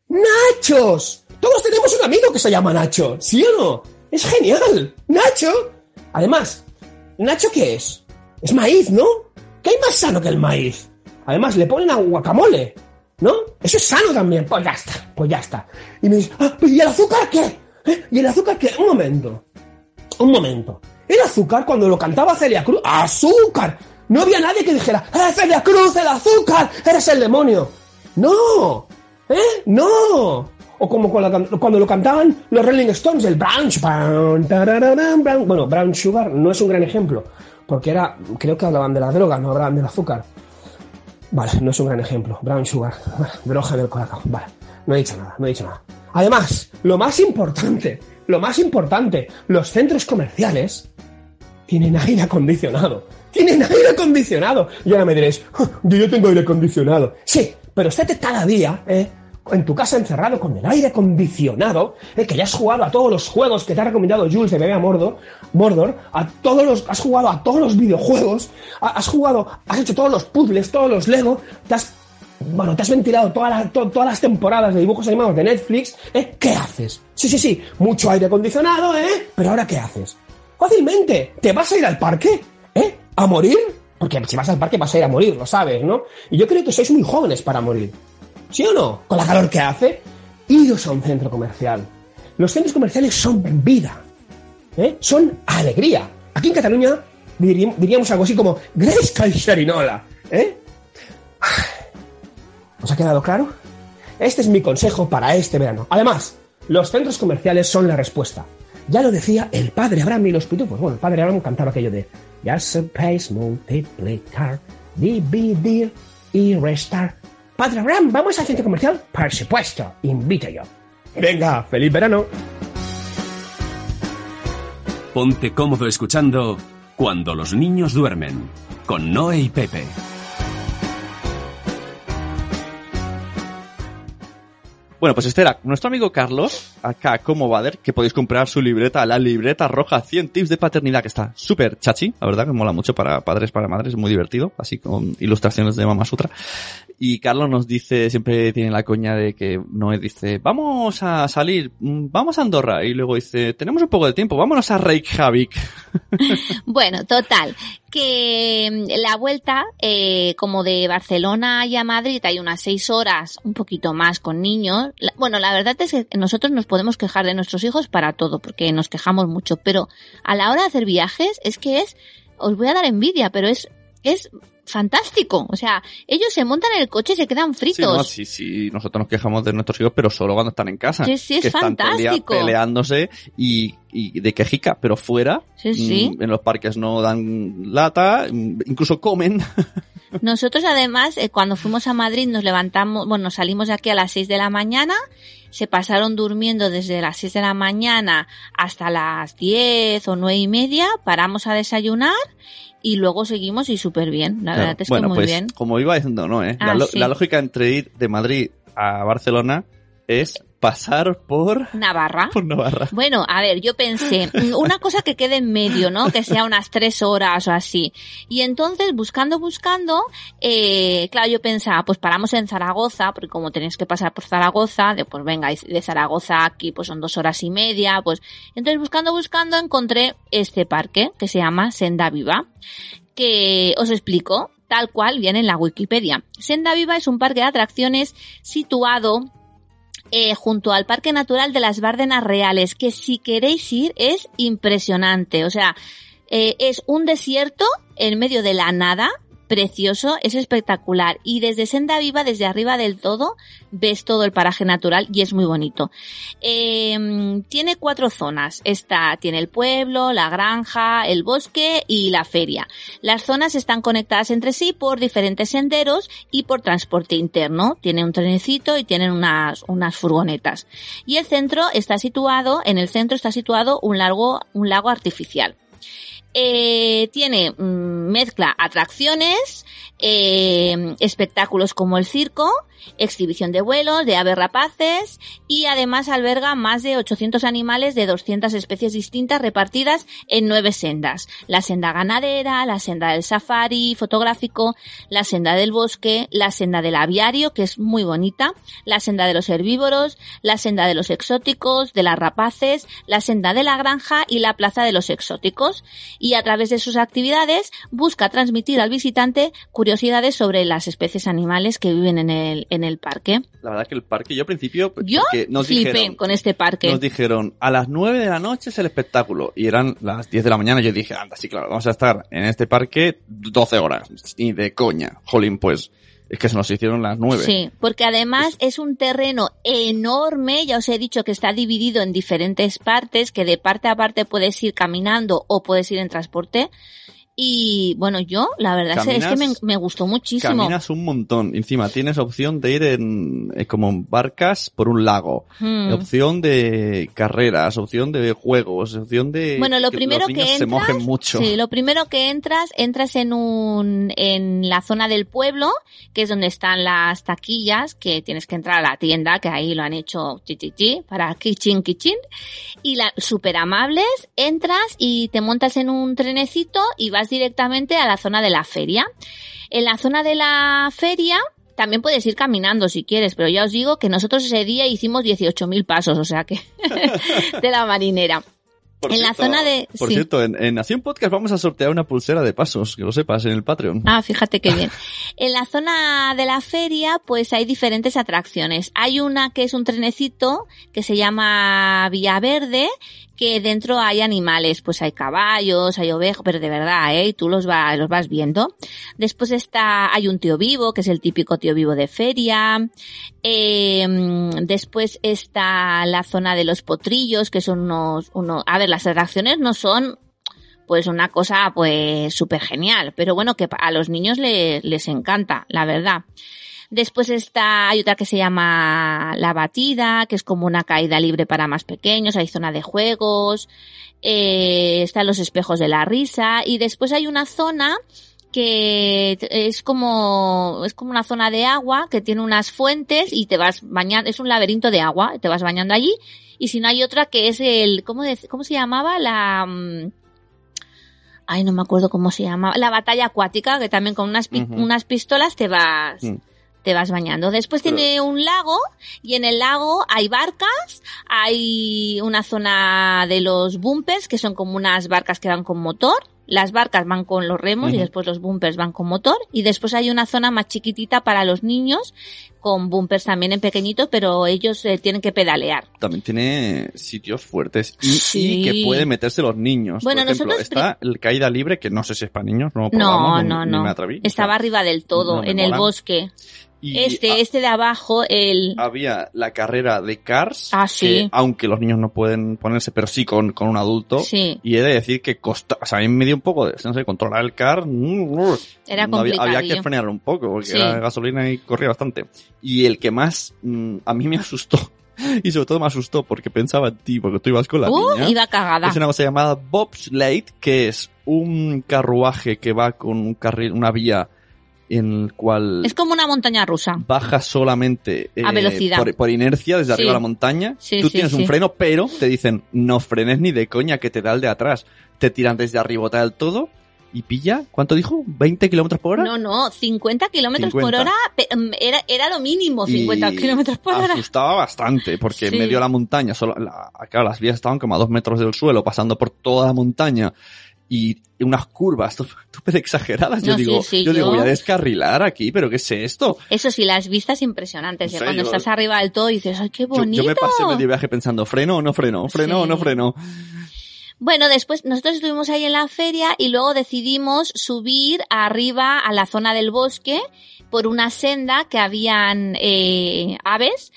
¡Nachos! Todos tenemos un amigo que se llama Nacho, ¿sí o no? ¡Es genial! ¡Nacho! Además, ¿Nacho qué es? Es maíz, ¿no? ¿Qué hay más sano que el maíz? Además, le ponen a guacamole, ¿no? Eso es sano también. Pues ya está. Y me dices, ¿y el azúcar qué? ¿Y el azúcar qué? Un momento. El azúcar, cuando lo cantaba Celia Cruz, ¡azúcar! No había nadie que dijera, Celia Cruz, el azúcar, eres el demonio. ¡No! ¡No! O como cuando lo cantaban los Rolling Stones, el Brown Sugar. Bueno, Brown Sugar no es un gran ejemplo, porque creo que hablaban de la droga, no hablaban del azúcar. Vale, no es un gran ejemplo. Brown Sugar, droga del corazón. Vale, no he dicho nada. Además, lo más importante, los centros comerciales tienen aire acondicionado. Y ahora me diréis, yo ya tengo aire acondicionado. Sí, pero estate cada día, en tu casa encerrado con el aire acondicionado, que ya has jugado a todos los juegos que te ha recomendado Jules de Bebé a Mordor, has jugado a todos los videojuegos, has hecho todos los puzzles, todos los Lego, te has ventilado todas las temporadas de dibujos animados de Netflix, ¿qué haces? Sí, mucho aire acondicionado, pero ahora ¿qué haces? Fácilmente, ¿te vas a ir al parque? ¿A morir? Porque si vas al parque vas a ir a morir, lo sabes, ¿no? Y yo creo que sois muy jóvenes para morir. ¿Sí o no? Con la calor que hace, iros a un centro comercial. Los centros comerciales son vida, son alegría. Aquí en Cataluña diríamos algo así como Grayscale Xerinola, ¿Os ha quedado claro? Este es mi consejo para este verano. Además, los centros comerciales son la respuesta. Ya lo decía el padre Abraham y los pitufos. Bueno, el padre Abraham cantaba aquello de ya sepáis multiplicar, dividir y restar. Padre Abraham, ¿vamos al centro comercial? Por supuesto, invito yo. Venga, feliz verano. Ponte cómodo escuchando Cuando los niños duermen, con Noé y Pepe. Bueno, pues este era nuestro amigo Carlos, acá como Bader, que podéis comprar su libreta, la libreta roja 100 tips de paternidad, que está súper chachi, la verdad que mola mucho para padres, para madres, muy divertido, así con ilustraciones de Mama Sutra. Y Carlos nos dice, siempre tiene la coña de que Noé dice, vamos a salir, vamos a Andorra, y luego dice, tenemos un poco de tiempo, vámonos a Reykjavik. Bueno, total, que la vuelta, como de Barcelona y a Madrid hay unas 6 horas, un poquito más con niños. Bueno, la verdad es que nosotros nos podemos quejar de nuestros hijos para todo, porque nos quejamos mucho, pero a la hora de hacer viajes os voy a dar envidia, pero es fantástico. O sea, ellos se montan en el coche y se quedan fritos. Sí, nosotros nos quejamos de nuestros hijos, pero solo cuando están en casa. Sí, es que fantástico. Están peleándose y de quejica, pero fuera, en los parques no dan lata, incluso comen. Nosotros además, cuando fuimos a Madrid nos salimos de aquí a las 6 de la mañana, se pasaron durmiendo desde las 6 de la mañana hasta las 10 o 9:30, paramos a desayunar y luego seguimos y súper bien, la verdad es que muy pues, bien. Como iba diciendo, ¿no? La lógica entre ir de Madrid a Barcelona es pasar por Navarra. Por Navarra. Bueno, a ver, yo pensé, una cosa que quede en medio, ¿no? Que sea unas 3 horas o así. Y entonces, buscando, claro, yo pensaba, pues paramos en Zaragoza, porque como tenéis que pasar por Zaragoza, pues venga, de Zaragoza aquí pues son 2 horas y media, pues. Entonces, buscando, encontré este parque, que se llama Senda Viva, que os explico, tal cual viene en la Wikipedia. Senda Viva es un parque de atracciones situado junto al Parque Natural de las Bárdenas Reales, que si queréis ir es impresionante. O sea, es un desierto en medio de la nada, precioso, es espectacular. Y desde Senda Viva, desde arriba del todo, ves todo el paraje natural y es muy bonito. Tiene 4 zonas. Tiene el pueblo, la granja, el bosque y la feria. Las zonas están conectadas entre sí por diferentes senderos y por transporte interno. Tiene un trenecito y tienen unas furgonetas. Y en el centro está situado un lago artificial. Tiene mezcla atracciones, espectáculos como el circo, exhibición de vuelos, de aves rapaces y además alberga más de 800 animales de 200 especies distintas repartidas en 9 sendas. La senda ganadera, la senda del safari fotográfico, la senda del bosque, la senda del aviario, que es muy bonita, la senda de los herbívoros, la senda de los exóticos, de las rapaces, la senda de la granja y la plaza de los exóticos. Y a través de sus actividades busca transmitir al visitante curiosidades sobre las especies animales que viven en el parque. La verdad que el parque, yo al principio... Yo flipé con este parque. Nos dijeron, a las 9 de la noche es el espectáculo. Y eran las 10 de la mañana. Yo dije, anda, sí, claro, vamos a estar en este parque 12 horas. Ni de coña. Jolín, pues... Es que se nos hicieron las 9. Sí, porque además es un terreno enorme, ya os he dicho que está dividido en diferentes partes, que de parte a parte puedes ir caminando o puedes ir en transporte. Y bueno, yo la verdad es que me gustó muchísimo. Caminas un montón. Encima tienes opción de ir en como en barcas por un lago. Opción de carreras, opción de juegos, opción de... Bueno, lo primero los niños que se mojen mucho. Sí, lo primero que entras en la zona del pueblo, que es donde están las taquillas, que tienes que entrar a la tienda, que ahí lo han hecho para kitchen. Y súper amables, entras y te montas en un trenecito y vas directamente a la zona de la feria. En la zona de la feria también puedes ir caminando si quieres, pero ya os digo que nosotros ese día hicimos 18.000 pasos, o sea que de la marinera. Por cierto, en Nación Podcast vamos a sortear una pulsera de pasos, que lo sepas, en el Patreon. Ah, fíjate qué bien. En la zona de la feria, pues hay diferentes atracciones. Hay una que es un trenecito que se llama Villaverde, que dentro hay animales, pues hay caballos, hay ovejas, pero de verdad, y tú los vas viendo. Después hay un tío vivo, que es el típico tío vivo de feria. Después está la zona de los potrillos, que son a ver, las atracciones no son pues una cosa pues súper genial, pero bueno, que a los niños les encanta, la verdad. Después hay otra que se llama La Batida, que es como una caída libre para más pequeños, hay zona de juegos, están los espejos de la risa, y después hay una zona que es como una zona de agua que tiene unas fuentes y te vas bañando, es un laberinto de agua, te vas bañando allí, y si no hay otra que es ¿cómo se llamaba? No me acuerdo cómo se llamaba, la batalla acuática, que también con unas pistolas te vas bañando. Después tiene un lago, y en el lago hay barcas, hay una zona de los bumpers, que son como unas barcas que van con motor. Las barcas van con los remos y después los bumpers van con motor. Y después hay una zona más chiquitita para los niños, con bumpers también en pequeñito, pero ellos tienen que pedalear. También tiene sitios fuertes y que pueden meterse los niños. Bueno, por ejemplo, está el caída libre, que no sé si es para niños, no me atreví. Estaba arriba del todo, en el bosque. Y este de abajo, había la carrera de Cars, sí. que, aunque los niños no pueden ponerse, pero sí con un adulto. Sí. Y he de decir que a mí me dio un poco de, no sé, controlar el car. Era complicado. Había que frenar un poco, porque era gasolina y corría bastante. Y el que más a mí me asustó, y sobre todo me asustó porque pensaba en ti, porque tú ibas con la niña. Iba cagada. Es una cosa llamada bobsleigh, que es un carruaje que va con un carril, una vía en el cual... Es como una montaña rusa. Baja solamente a velocidad. Por inercia desde arriba de la montaña. Tú tienes un freno, pero te dicen, no frenes ni de coña, que te da el de atrás. Te tiran desde arriba del todo y pilla, ¿cuánto dijo? ¿20 kilómetros por hora? No, 50 kilómetros por hora era lo mínimo, 50 kilómetros por hora. Asustaba bastante, porque en medio de la montaña, claro, las vías estaban como a 2 metros del suelo, pasando por toda la montaña. Y unas curvas súper exageradas. Yo digo, voy a descarrilar aquí, pero ¿qué es esto? Eso sí, las vistas impresionantes. Cuando estás arriba del todo y dices, ¡ay, qué bonito! Yo me pasé medio viaje pensando, ¿freno o no freno? ¿Freno o no freno? Bueno, después nosotros estuvimos ahí en la feria y luego decidimos subir arriba a la zona del bosque por una senda que habían aves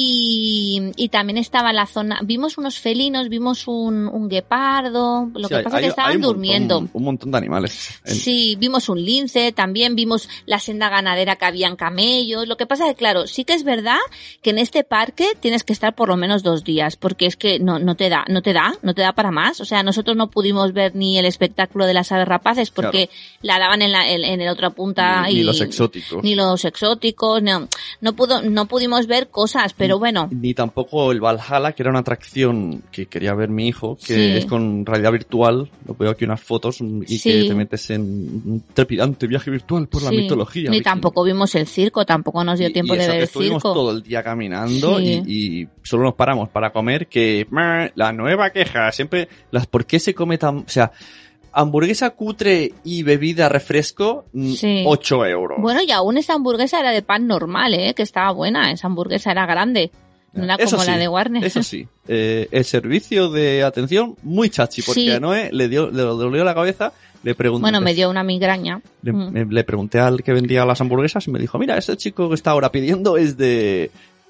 y también estaba en la zona, vimos unos felinos, vimos un guepardo, lo que pasa es que estaban durmiendo. Un montón de animales. Sí, vimos un lince, también vimos la senda ganadera que habían camellos. Lo que pasa es que, claro, sí que es verdad que en este parque tienes que estar por lo menos 2 días, porque es que no te da para más. O sea, nosotros no pudimos ver ni el espectáculo de las aves rapaces porque la daban en la otra punta. Ni los exóticos. Ni los exóticos, no pudimos ver cosas, pero bueno. Ni tampoco el Valhalla, que era una atracción que quería ver mi hijo, que es con realidad virtual, lo veo aquí unas fotos, y que te metes en un trepidante viaje virtual por la mitología. Ni tampoco vimos el circo, tampoco nos dio tiempo de ver el circo. Estuvimos todo el día caminando y solo nos paramos para comer, que la nueva queja, siempre, ¿por qué se come tan, o sea, hamburguesa cutre y bebida refresco, 8 euros. Bueno, y aún esa hamburguesa era de pan normal, que estaba buena. Esa hamburguesa era grande. No era como la de Warner. Eso sí. El servicio de atención, muy chachi, porque a Noé le dolió la cabeza. Le pregunté. Bueno, me dio una migraña. Le pregunté al que vendía las hamburguesas y me dijo, mira, ese chico que está ahora pidiendo es de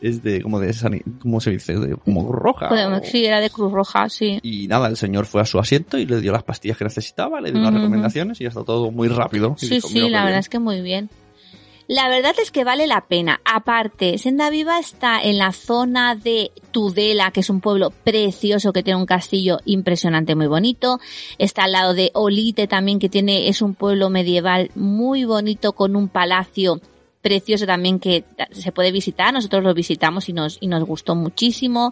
¿cómo se dice? Como Cruz Roja. Sí, era de Cruz Roja, sí. Y nada, el señor fue a su asiento y le dio las pastillas que necesitaba, le dio las recomendaciones y ya está todo muy rápido. Sí, la verdad es que muy bien. La verdad es que vale la pena. Aparte, Senda Viva está en la zona de Tudela, que es un pueblo precioso que tiene un castillo impresionante, muy bonito. Está al lado de Olite también, que es un pueblo medieval muy bonito con un palacio precioso también que se puede visitar. Nosotros lo visitamos y nos gustó muchísimo.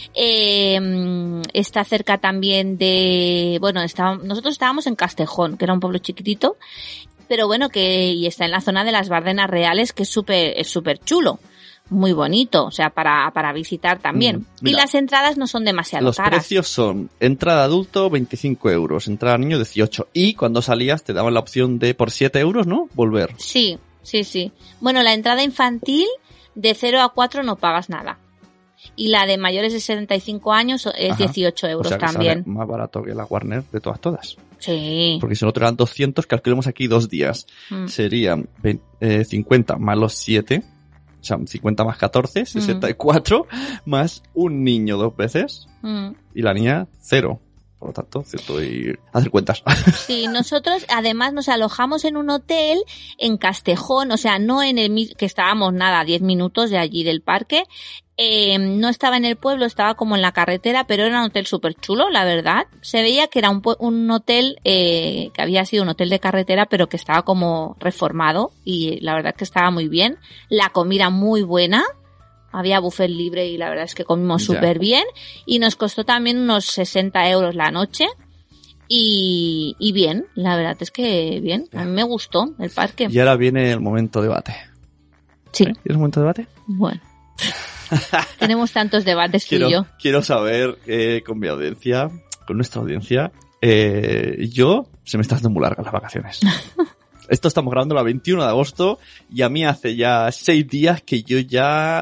Está cerca también de, nosotros estábamos en Castejón, que era un pueblo chiquitito, pero bueno, y está en la zona de las Bardenas Reales, que es súper chulo. Muy bonito, o sea, para visitar también. Y las entradas no son demasiado caras. Los precios son entrada adulto 25 euros, entrada niño 18. Y cuando salías te daban la opción de por 7 euros, ¿no? Volver. Sí. Bueno, la entrada infantil de 0 a 4 no pagas nada. y la de mayores de 65 años es Ajá. 18 euros O sea que también. sale más barato que la Warner de todas. Sí. Porque si nosotros eran 200, calculemos aquí 2 días. Mm. Serían 50 más los 7, o sea, 50 más 14, 64, más un niño 2 veces Mm. y la niña 0. Por lo tanto, cierto, y hacer cuentas. Sí, nosotros además nos alojamos en un hotel en Castejón, o sea, no en el que estábamos nada, 10 minutos de allí del parque. No estaba en el pueblo, estaba como en la carretera, pero era un hotel súper chulo, la verdad. Se veía que era un hotel que había sido un hotel de carretera, pero que estaba como reformado y la verdad que estaba muy bien. La comida muy buena. Había buffet libre y la verdad es que comimos Ya. súper bien. Y nos costó también unos 60 euros la noche. Y bien, la verdad es que bien. A mí me gustó el parque. Y ahora viene el momento debate. Sí, ¿Quieres un momento debate? bueno. Tenemos tantos debates tú y yo. Quiero saber con mi audiencia, con nuestra audiencia, yo se me está haciendo muy largas las vacaciones. Esto estamos grabando la 21 de agosto y a mí hace ya 6 días que yo ya...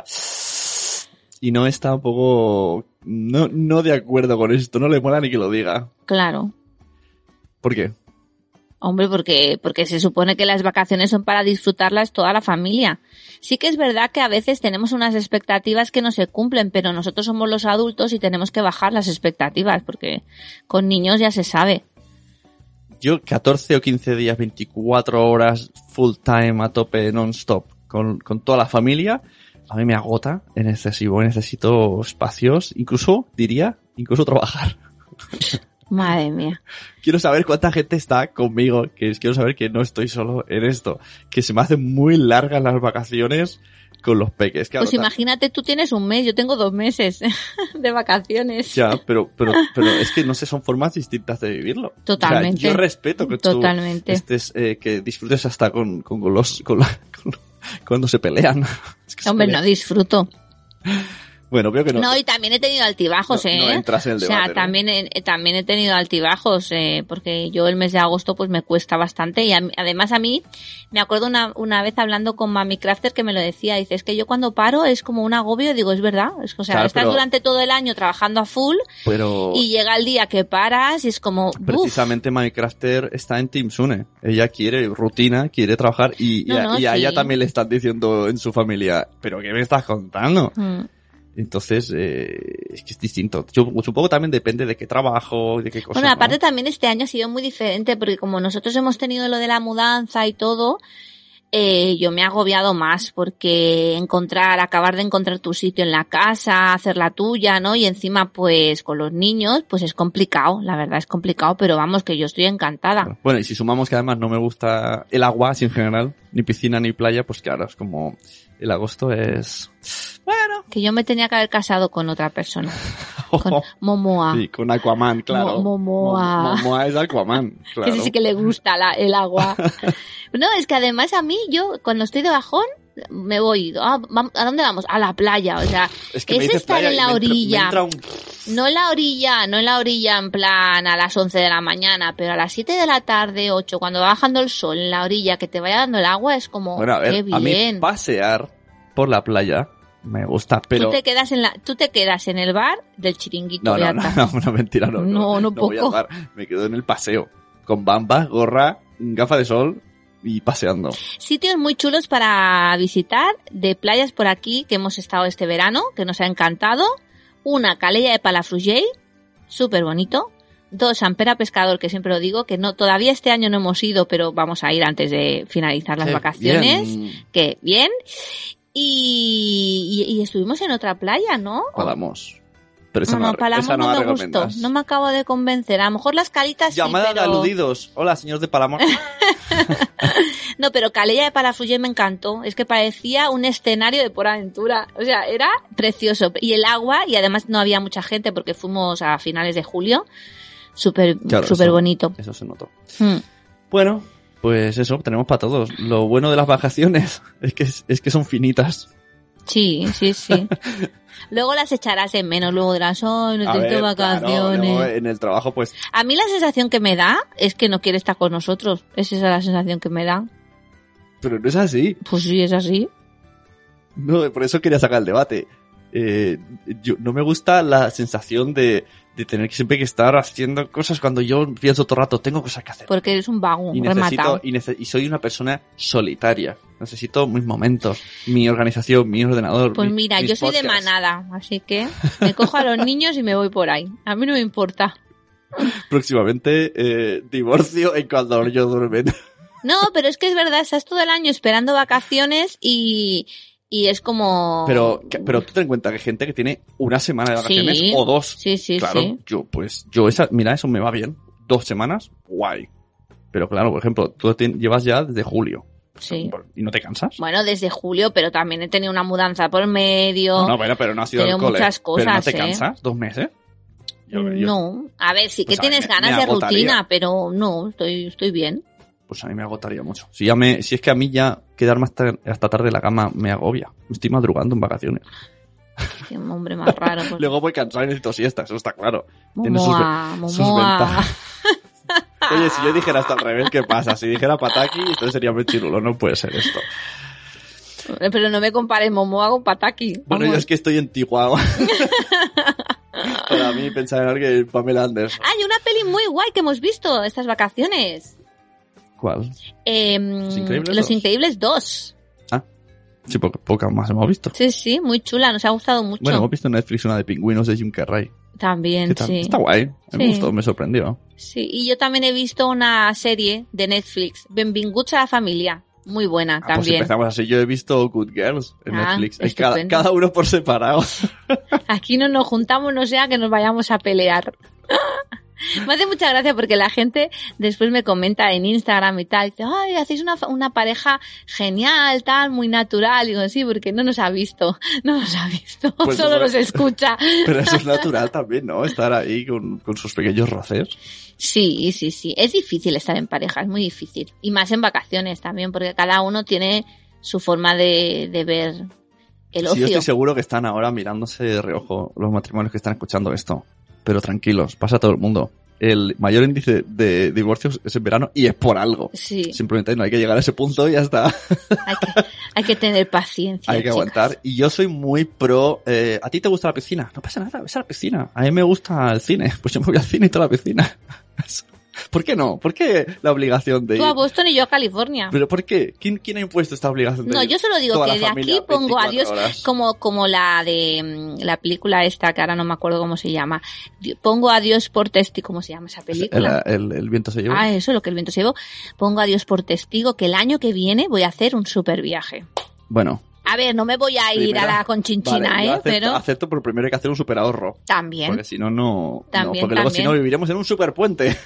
Y no está un poco... No de acuerdo con esto, no le mola ni que lo diga. Claro. ¿Por qué? Hombre, porque se supone que las vacaciones son para disfrutarlas toda la familia. Sí que es verdad que a veces tenemos unas expectativas que no se cumplen, pero nosotros somos los adultos y tenemos que bajar las expectativas, porque con niños ya se sabe. Yo 14 o 15 días, 24 horas, full time, a tope, non-stop, con toda la familia, a mí me agota en excesivo. Necesito espacios, incluso trabajar. Madre mía. Quiero saber cuánta gente está conmigo, quiero saber que no estoy solo en esto, que se me hacen muy largas las vacaciones con los peques. Claro, Pues imagínate, tú tienes un mes, yo tengo 2 meses de vacaciones. Ya, pero es que no sé, son formas distintas de vivirlo. Totalmente. O sea, yo respeto que Totalmente. tú estés, que disfrutes hasta cuando se pelean. Es que se Hombre, pelean. no disfruto. Bueno, veo que no. No, y también he tenido altibajos, No ¿eh? entras en el o sea, debate, ¿no? también he tenido altibajos, porque yo el mes de agosto pues me cuesta bastante y además a mí me acuerdo una vez hablando con Mami Crafter que me lo decía, dice, es que yo cuando paro es como un agobio, digo, es verdad, o sea, Claro, estás pero- durante todo el año trabajando a full Pero y llega el día que paras y es como, ¡buf! precisamente Minecrafter está en Team Sune. Ella quiere rutina, quiere trabajar y a sí. ella también le están diciendo en su familia, ¿pero qué me estás contando? Mm. Entonces, es que es distinto. Yo supongo también depende de qué trabajo, de qué cosas. Bueno, aparte ¿no? también este año ha sido muy diferente porque como nosotros hemos tenido lo de la mudanza y todo, yo me he agobiado más porque acabar de encontrar tu sitio en la casa, hacer la tuya, ¿no? Y encima pues con los niños pues es complicado, la verdad es complicado, pero vamos que yo estoy encantada. Bueno, y si sumamos que además no me gusta el agua así en general, ni piscina ni playa, pues claro, es como el agosto es... Bueno. Que yo me tenía que haber casado con otra persona, con Momoa. Sí, con Aquaman, claro. Momoa. Momoa es Aquaman, claro. Que sí que le gusta el agua. No, es que además a mí, yo cuando estoy de bajón, me voy. ¿A dónde vamos? A la playa, o sea, Es que me es dices estar playa en y la me orilla. entra un... No en la orilla en plan a las 11 de la mañana, pero a las 7 de la tarde, 8, cuando va bajando el sol en la orilla, que te vaya dando el agua, es como, Bueno, a ver, qué a mí bien. pasear por la playa me gusta, pero... Tú te quedas en el bar del chiringuito. No, ya no, está. no, mentira, no. No voy poco. al bar. Me quedo en el paseo, con bambas, gorra, gafa de sol y paseando. Sitios muy chulos para visitar, de playas por aquí que hemos estado este verano, que nos ha encantado. Una, Calella de Palafrugell, súper bonito. 2, Sant Pere Pescador, que siempre lo digo, que no todavía este año no hemos ido, pero vamos a ir antes de finalizar las Qué vacaciones. bien. Que bien. Y estuvimos en otra playa, ¿no? Palamós. Pero esa No, no, Palamós esa no no la me gustó. recomiendas. No me acabo de convencer. A lo mejor las calitas sí, Llamada de pero... aludidos. Hola, señores de Palamós. No, pero Calella de Palafrugell me encantó. Es que parecía un escenario de Por Aventura. O sea, era precioso. Y el agua, y además no había mucha gente porque fuimos a finales de julio. Súper Claro, súper eso- bonito. Eso se notó. Mm. Bueno, pues eso, tenemos para todos. Lo bueno de las vacaciones es que son finitas. Sí, sí, sí. Luego las echarás en menos, luego dirás, ¡ay, no A tengo ver, vacaciones! claro, luego en el trabajo, pues, A mí la sensación que me da es que no quiere estar con nosotros. Es esa la sensación que me da. pero no es así. Pues sí, es así. No, por eso quería sacar el debate. yo no me gusta la sensación de tener siempre que estar haciendo cosas cuando yo pienso todo el rato, tengo cosas que hacer. Porque eres un vago, Y rematado. y soy una persona solitaria. Necesito mis momentos, mi organización, mi ordenador. Pues mis mira, yo soy de podcasts. manada, así que me cojo a los niños y me voy por ahí. A mí no me importa. Próximamente, divorcio en cuando los niños duermen. No, pero es que es verdad, estás todo el año esperando vacaciones y es como... Pero tú ten en cuenta que hay gente que tiene una semana de vacaciones Sí. o dos. Sí, sí, Claro, sí. mira, eso me va bien. 2 semanas, guay. Pero claro, por ejemplo, tú llevas ya desde julio. Sí. ¿Y no te cansas? Bueno, desde julio, pero también he tenido una mudanza por medio. No, bueno, pero no ha sido Tengo el cole. muchas Pero no cosas, te ¿eh? cansas, 2 meses. No, a ver, sí que Pues a mí tienes me ganas de agotaría. rutina, pero no, estoy bien. Pues a mí me agotaría mucho. Si es que a mí ya quedarme hasta tarde en la cama me agobia. Me estoy madrugando en vacaciones. Qué hombre más raro. Pues. Luego voy cansado y necesito siesta, eso está claro. Tiene Momoa, sus Momoa. ventajas. Oye, si yo dijera hasta al revés, ¿qué pasa? Si dijera Pataki, entonces sería Mechirulo. No puede ser esto. Pero no me compares Momoa con Pataki. Bueno, Vamos. yo es que estoy en Chihuahua. Para mí pensar en alguien es Pamela Anderson. Hay una peli muy guay que hemos visto estas vacaciones. ¿Cuál? Los Increíbles 2. Increíbles 2. Sí, porque pocas más hemos visto. Sí, sí, muy chula, nos ha gustado mucho. Bueno, hemos visto en Netflix una de pingüinos de Jim Carrey. También, ¿Qué tal? sí. Está guay. Me Sí. gustó, me sorprendió. Sí, y yo también he visto una serie de Netflix, Benvinguts a la familia. Muy buena Pues también. empezamos así. Yo he visto Good Girls en Ah, Netflix. Hay estupendo. cada uno por separado. Aquí no nos juntamos, no sea que nos vayamos a pelear. Me hace mucha gracia porque la gente después me comenta en Instagram y tal, dice, ay, hacéis una pareja genial, tal, muy natural. Y digo, sí, porque no nos ha visto, Pues solo eso- nos escucha. Pero eso es natural también, ¿no? Estar ahí con sus pequeños roces. Sí, sí, sí. Es difícil estar en pareja, es muy difícil. Y más en vacaciones también, porque cada uno tiene su forma de ver el Sí, yo ocio. estoy seguro que están ahora mirándose de reojo los matrimonios que están escuchando esto. Pero tranquilos, pasa a todo el mundo. El mayor índice de divorcios es en verano y es por algo. Sí, Simplemente no hay que llegar a ese punto y ya está. hay que tener paciencia. Hay que chicas. aguantar. Y yo soy muy pro... ¿A ti te gusta la piscina? No pasa nada, ves a la piscina. A mí me gusta el cine. Pues yo me voy al cine y toda la piscina. ¿Por qué no? ¿Por qué la obligación de ir? Tú a Boston y yo a California. ¿Pero por qué? ¿Quién ha impuesto esta obligación de No, ir? yo solo digo Toda que la de familia, aquí pongo 24 adiós, horas. como la de la película esta, que ahora no me acuerdo cómo se llama. Pongo adiós por testigo, ¿cómo se llama esa película? El viento se lleva. Ah, eso, lo que el viento se llevó. Pongo adiós por testigo que el año que viene voy a hacer un super viaje. Bueno. A ver, no me voy a ir Primera. a la Conchinchina, Vale, yo acepto, pero acepto, pero primero hay que hacer un super ahorro. también. Porque si no, no. También, porque luego si también. no viviremos en un super puente.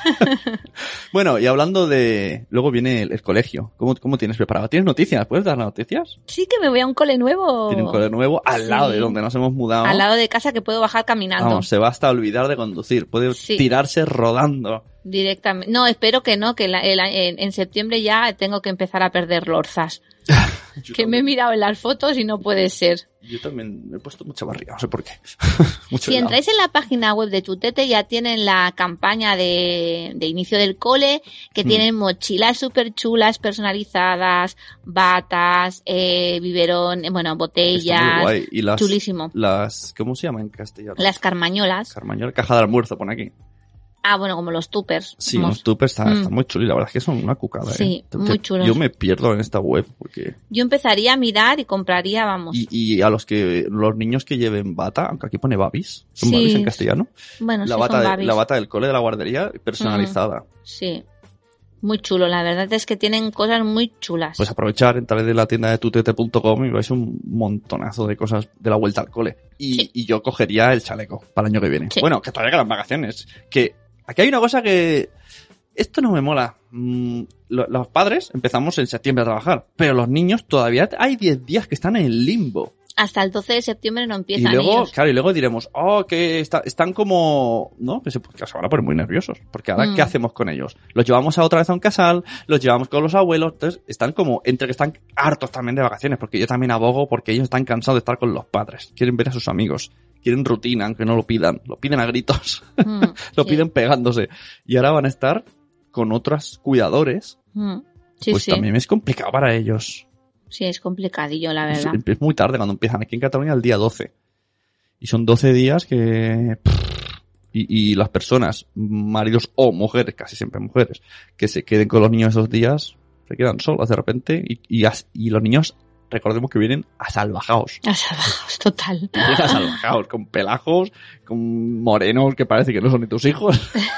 Bueno, y hablando de... Luego viene el colegio. ¿Cómo tienes preparado? ¿Tienes noticias? ¿Puedes dar las noticias? Sí que me voy a un cole nuevo. Tiene un cole nuevo al Sí. lado de donde nos hemos mudado. Al lado de casa que puedo bajar caminando. Vamos, se va hasta olvidar de conducir. Puede Sí. tirarse rodando. Directamente. No, espero que no, que en septiembre ya tengo que empezar a perder lorzas. Yo Que me he también, mirado en las fotos y no puede ser. yo también me he puesto mucha barriga, no sé por qué. Mucho Si helado. entráis en la página web de Tutete ya tienen la campaña de inicio del cole, que tienen mochilas súper chulas, personalizadas, batas, biberón, bueno, Está muy botellas, guay. Y chulísimo. ¿Cómo se llama en castellano? Las carmañolas. Carmañola, caja de almuerzo, pone aquí. Ah, bueno, como los tupers. Sí, Como- los tupers están Mm. muy chulos. La verdad es que son una cucada. Sí, muy chulos. Yo me pierdo en esta web porque... Yo empezaría a mirar y compraría, vamos. Y a los niños que lleven bata, aunque aquí pone babis, son Sí. babis en castellano, Bueno, la sí, bata, son de, babis. la bata del cole de la guardería personalizada. Sí. Muy chulo, la verdad es que tienen cosas muy chulas. Pues aprovechar, entrar de la tienda de tutete.com y vais un montonazo de cosas de la vuelta al cole. Y yo cogería el chaleco para el año que viene. Sí. Bueno, que todavía quedan vacaciones. Que aquí hay una cosa que... Esto no me mola. Los padres empezamos en septiembre a trabajar, pero los niños todavía hay 10 días que están en el limbo. Hasta el 12 de septiembre no Y empiezan luego, ellos. claro, y luego diremos, que están como, ¿no? Que se van a poner muy nerviosos. Porque ahora, ¿qué hacemos con ellos? Los llevamos otra vez a un casal, los llevamos con los abuelos, entonces están como, entre que están hartos también de vacaciones, porque yo también abogo porque ellos están cansados de estar con los padres. Quieren ver a sus amigos. Quieren rutina, aunque no lo piden a gritos. Lo Sí. piden pegándose. Y ahora van a estar con otros cuidadores. Sí, Pues sí. también es complicado para ellos. Sí, es complicadillo, la Es, verdad. es muy tarde cuando empiezan. Aquí en Cataluña el día 12. Y son 12 días que... Y las personas, maridos o mujeres, casi siempre mujeres, que se queden con los niños esos días, se quedan solas de repente y los niños, recordemos que vienen asalvajados. Asalvajados, total. Vienen asalvajados, con pelajos, con morenos que parece que no son ni tus hijos.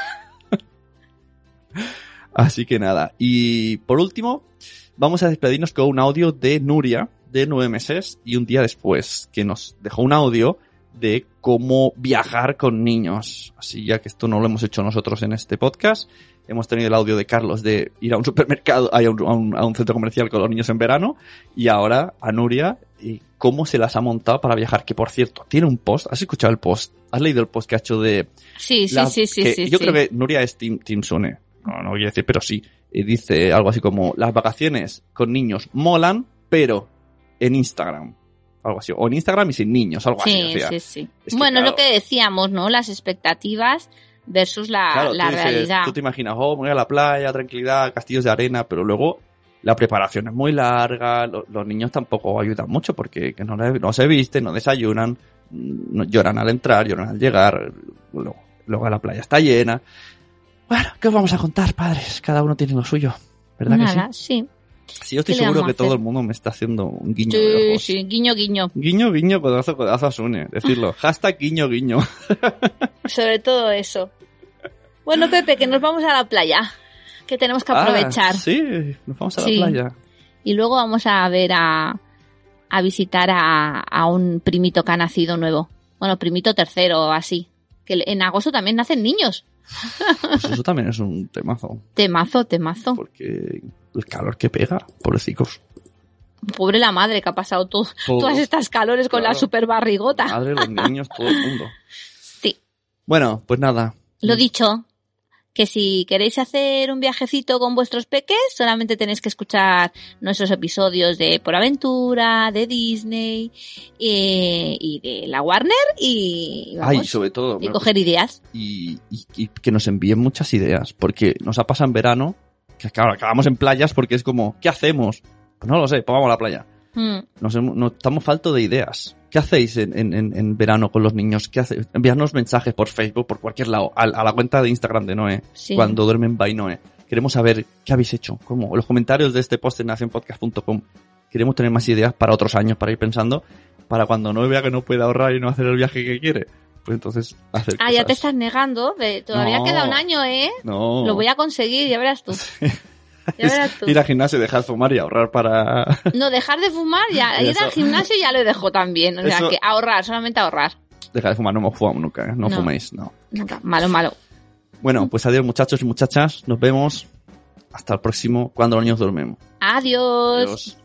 Así que nada. Y por último, vamos a despedirnos con un audio de Nuria, de 9 meses y un día después, que nos dejó un audio de cómo viajar con niños. Así, ya que esto no lo hemos hecho nosotros en este podcast, hemos tenido el audio de Carlos de ir a un supermercado, a un centro comercial con los niños en verano, y ahora a Nuria, y cómo se las ha montado para viajar, que por cierto, tiene un post. ¿Has escuchado el post? ¿Has leído el post que ha hecho de...? Sí. Yo creo que Nuria es Team Sune. No voy a decir, pero sí. Y dice algo así como, las vacaciones con niños molan, pero en Instagram. Algo así. O en Instagram y sin niños, algo así. Decía. Sí. Es que, Bueno, claro, lo que decíamos, ¿no? Las expectativas versus la tú dices, realidad. Tú te imaginas, me voy a la playa, tranquilidad, castillos de arena, pero luego la preparación es muy larga, los niños tampoco ayudan mucho porque que no se visten, no desayunan, lloran al entrar, lloran al llegar, luego la playa está llena. Bueno, ¿qué os vamos a contar, padres? Cada uno tiene lo suyo, ¿verdad? Nada, que sí? sí. Sí, yo estoy ¿Qué le seguro vamos que a hacer? todo el mundo me está haciendo un guiño de ojos. Sí, guiño, guiño. Guiño, codazo a Sune. Decirlo. Hashtag guiño. Sobre todo eso. Bueno, Pepe, que nos vamos a la playa, que tenemos que aprovechar. Sí, nos vamos a la Sí. playa. Y luego vamos a ver a visitar a un primito que ha nacido nuevo. Bueno, primito tercero o así. Que en agosto también nacen niños. Pues eso también es un temazo. Temazo. Porque el calor que pega, pobrecicos. Pobre la madre que ha pasado todas estas calores con la Claro. super barrigota. Madre, los niños, todo el mundo. Sí. Bueno, pues nada. Lo dicho, que si queréis hacer un viajecito con vuestros peques, solamente tenéis que escuchar nuestros episodios de Por Aventura, de Disney y de la Warner y vamos, Ay, sobre todo. y coger ideas. Y que nos envíen muchas ideas. Porque nos ha pasado en verano, que claro, acabamos en playas porque es como, ¿qué hacemos? Pues no lo sé, pues vamos a la playa. Nos estamos falto de ideas. ¿Qué hacéis en verano con los niños? ¿Qué hacéis? Enviarnos mensajes por Facebook, por cualquier lado, a la cuenta de Instagram de Noé, Sí. cuando duermen by Noé. Queremos saber qué habéis hecho, cómo. Los comentarios de este post en nacionpodcast.com. Queremos tener más ideas para otros años, para ir pensando, para cuando Noé vea que no puede ahorrar y no hacer el viaje que quiere. Pues entonces hacer Ah, cosas. ya te estás negando. Todavía No. queda un año, ¿eh? No. Lo voy a conseguir, ya verás tú. Ya verás tú. Ir al gimnasio, dejar de fumar y ahorrar para... No, dejar de fumar, ya. Ir Eso. al gimnasio ya lo dejo también. O sea, Eso. que ahorrar, solamente ahorrar. Dejar de fumar, no hemos fumado nunca, ¿eh? No No. fuméis, no. Nunca. Malo. Bueno, pues adiós muchachos y muchachas, nos vemos hasta el próximo Cuando los niños duermen. Adiós. Adiós.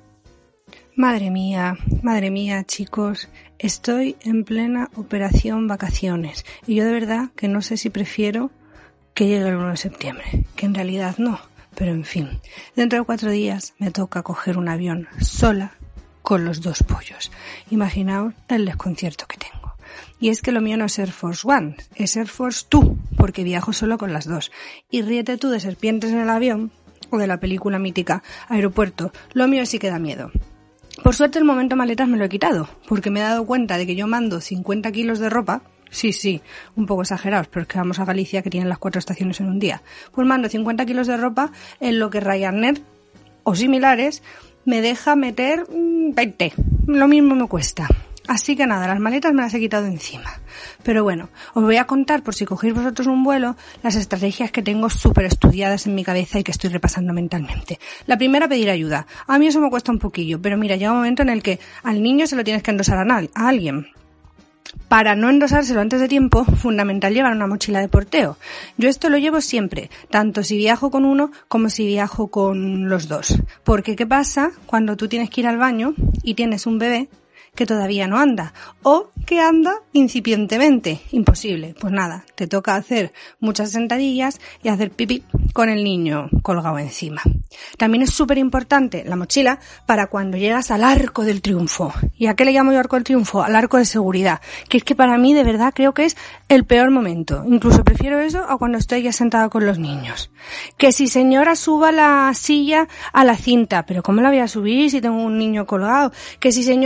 Madre mía, chicos, estoy en plena operación vacaciones y yo de verdad que no sé si prefiero que llegue el 1 de septiembre, que en realidad no, pero en fin, dentro de 4 días me toca coger un avión sola con los 2 pollos. Imaginaos el desconcierto que tengo. Y es que lo mío no es Air Force One, es Air Force 2, porque viajo solo con las 2. Y ríete tú de serpientes en el avión o de la película mítica Aeropuerto, lo mío sí que da miedo. Por suerte el momento maletas me lo he quitado, porque me he dado cuenta de que yo mando 50 kilos de ropa, sí, un poco exagerados, pero es que vamos a Galicia que tienen las 4 estaciones en un día, pues mando 50 kilos de ropa en lo que Ryanair o similares me deja meter 20, lo mismo me cuesta. Así que nada, las maletas me las he quitado encima. Pero bueno, os voy a contar, por si cogéis vosotros un vuelo, las estrategias que tengo súper estudiadas en mi cabeza y que estoy repasando mentalmente. La primera, pedir ayuda. A mí eso me cuesta un poquillo, pero mira, llega un momento en el que al niño se lo tienes que endosar a alguien. Para no endosárselo antes de tiempo, fundamental llevar una mochila de porteo. Yo esto lo llevo siempre, tanto si viajo con uno como si viajo con los 2. Porque ¿qué pasa cuando tú tienes que ir al baño y tienes un bebé que todavía no anda o que anda incipientemente? Imposible. Pues nada, te toca hacer muchas sentadillas y hacer pipí con el niño colgado encima. También es súper importante la mochila para cuando llegas al Arco del Triunfo. ¿Y a qué le llamo yo Arco del Triunfo? Al arco de seguridad, que es que para mí de verdad creo que es el peor momento. Incluso prefiero eso a cuando estoy ya sentada con los niños. Que si señora suba la silla a la cinta, pero ¿cómo la voy a subir si tengo un niño colgado? Que si señora tiene que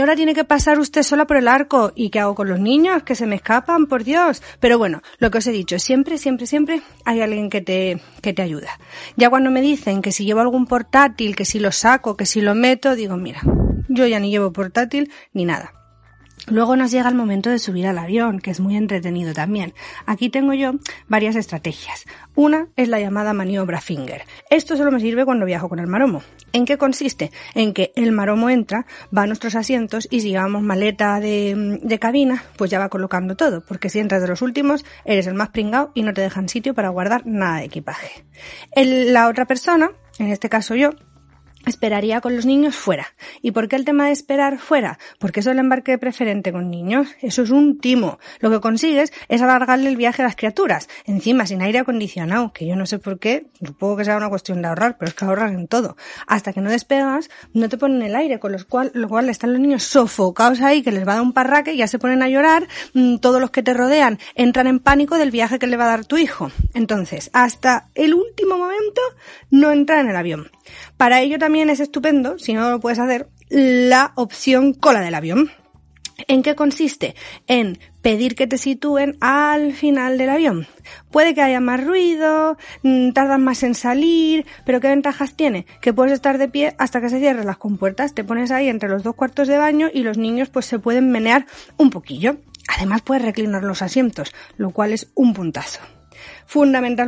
que pasar usted sola por el arco. ¿Y qué hago con los niños? Que se me escapan, por Dios. Pero bueno, lo que os he dicho, siempre hay alguien que te ayuda. Ya cuando me dicen que si llevo algún portátil, que si lo saco, que si lo meto, digo, mira, yo ya ni llevo portátil ni nada. Luego nos llega el momento de subir al avión, que es muy entretenido también. Aquí tengo yo varias estrategias. Una es la llamada maniobra finger. Esto solo me sirve cuando viajo con el maromo. ¿En qué consiste? En que el maromo entra, va a nuestros asientos y si llevamos maleta de cabina, pues ya va colocando todo. Porque si entras de los últimos, eres el más pringao y no te dejan sitio para guardar nada de equipaje. La otra persona, en este caso yo, esperaría con los niños fuera. ¿Y por qué el tema de esperar fuera? Porque eso es el embarque preferente con niños. Eso es un timo. Lo que consigues es alargarle el viaje a las criaturas. Encima, sin aire acondicionado, que yo no sé por qué, supongo que sea una cuestión de ahorrar, pero es que ahorras en todo. Hasta que no despegas, no te ponen el aire, con lo cual están los niños sofocados ahí, que les va a dar un parraque, ya se ponen a llorar, todos los que te rodean entran en pánico del viaje que le va a dar tu hijo. Entonces, hasta el último momento, no entrar en el avión. Para ello también es estupendo, si no lo puedes hacer, la opción cola del avión. ¿En qué consiste? En pedir que te sitúen al final del avión. Puede que haya más ruido, tardan más en salir, pero ¿qué ventajas tiene? Que puedes estar de pie hasta que se cierren las compuertas, te pones ahí entre los 2 cuartos de baño y los niños pues se pueden menear un poquillo. Además puedes reclinar los asientos, lo cual es un puntazo. Fundamental,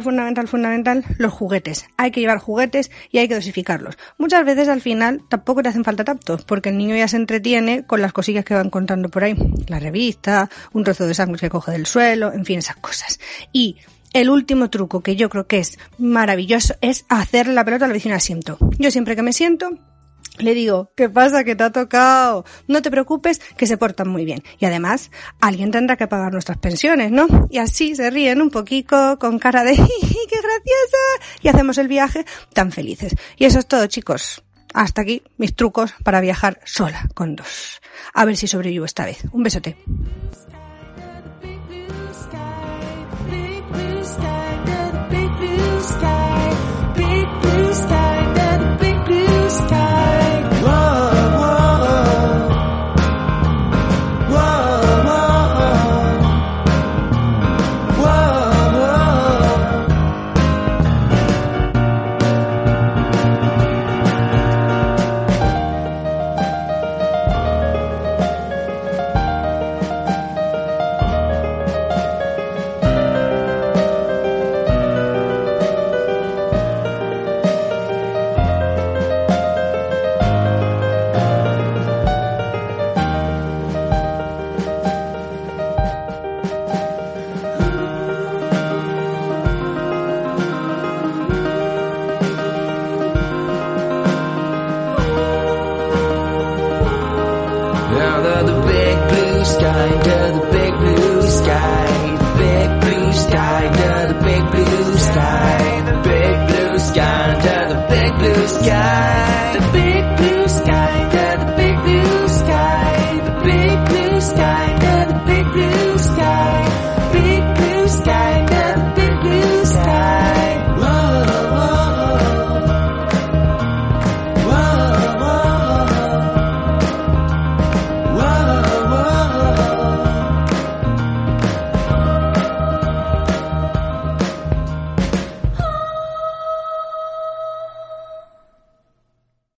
los juguetes. Hay que llevar juguetes y hay que dosificarlos. Muchas veces al final tampoco te hacen falta tanto, porque el niño ya se entretiene con las cosillas que va encontrando por ahí. La revista, un trozo de sándwich que coge del suelo, en fin, esas cosas. Y el último truco, que yo creo que es maravilloso, es hacer la pelota al vecino asiento. Yo siempre que me siento, le digo, ¿qué pasa? ¿Qué te ha tocado? No te preocupes, que se portan muy bien. Y además, alguien tendrá que pagar nuestras pensiones, ¿no? Y así se ríen un poquito con cara de ¡qué graciosa! Y hacemos el viaje tan felices. Y eso es todo, chicos. Hasta aquí mis trucos para viajar sola con 2. A ver si sobrevivo esta vez. Un besote. The big blue sky, the big blue sky, the big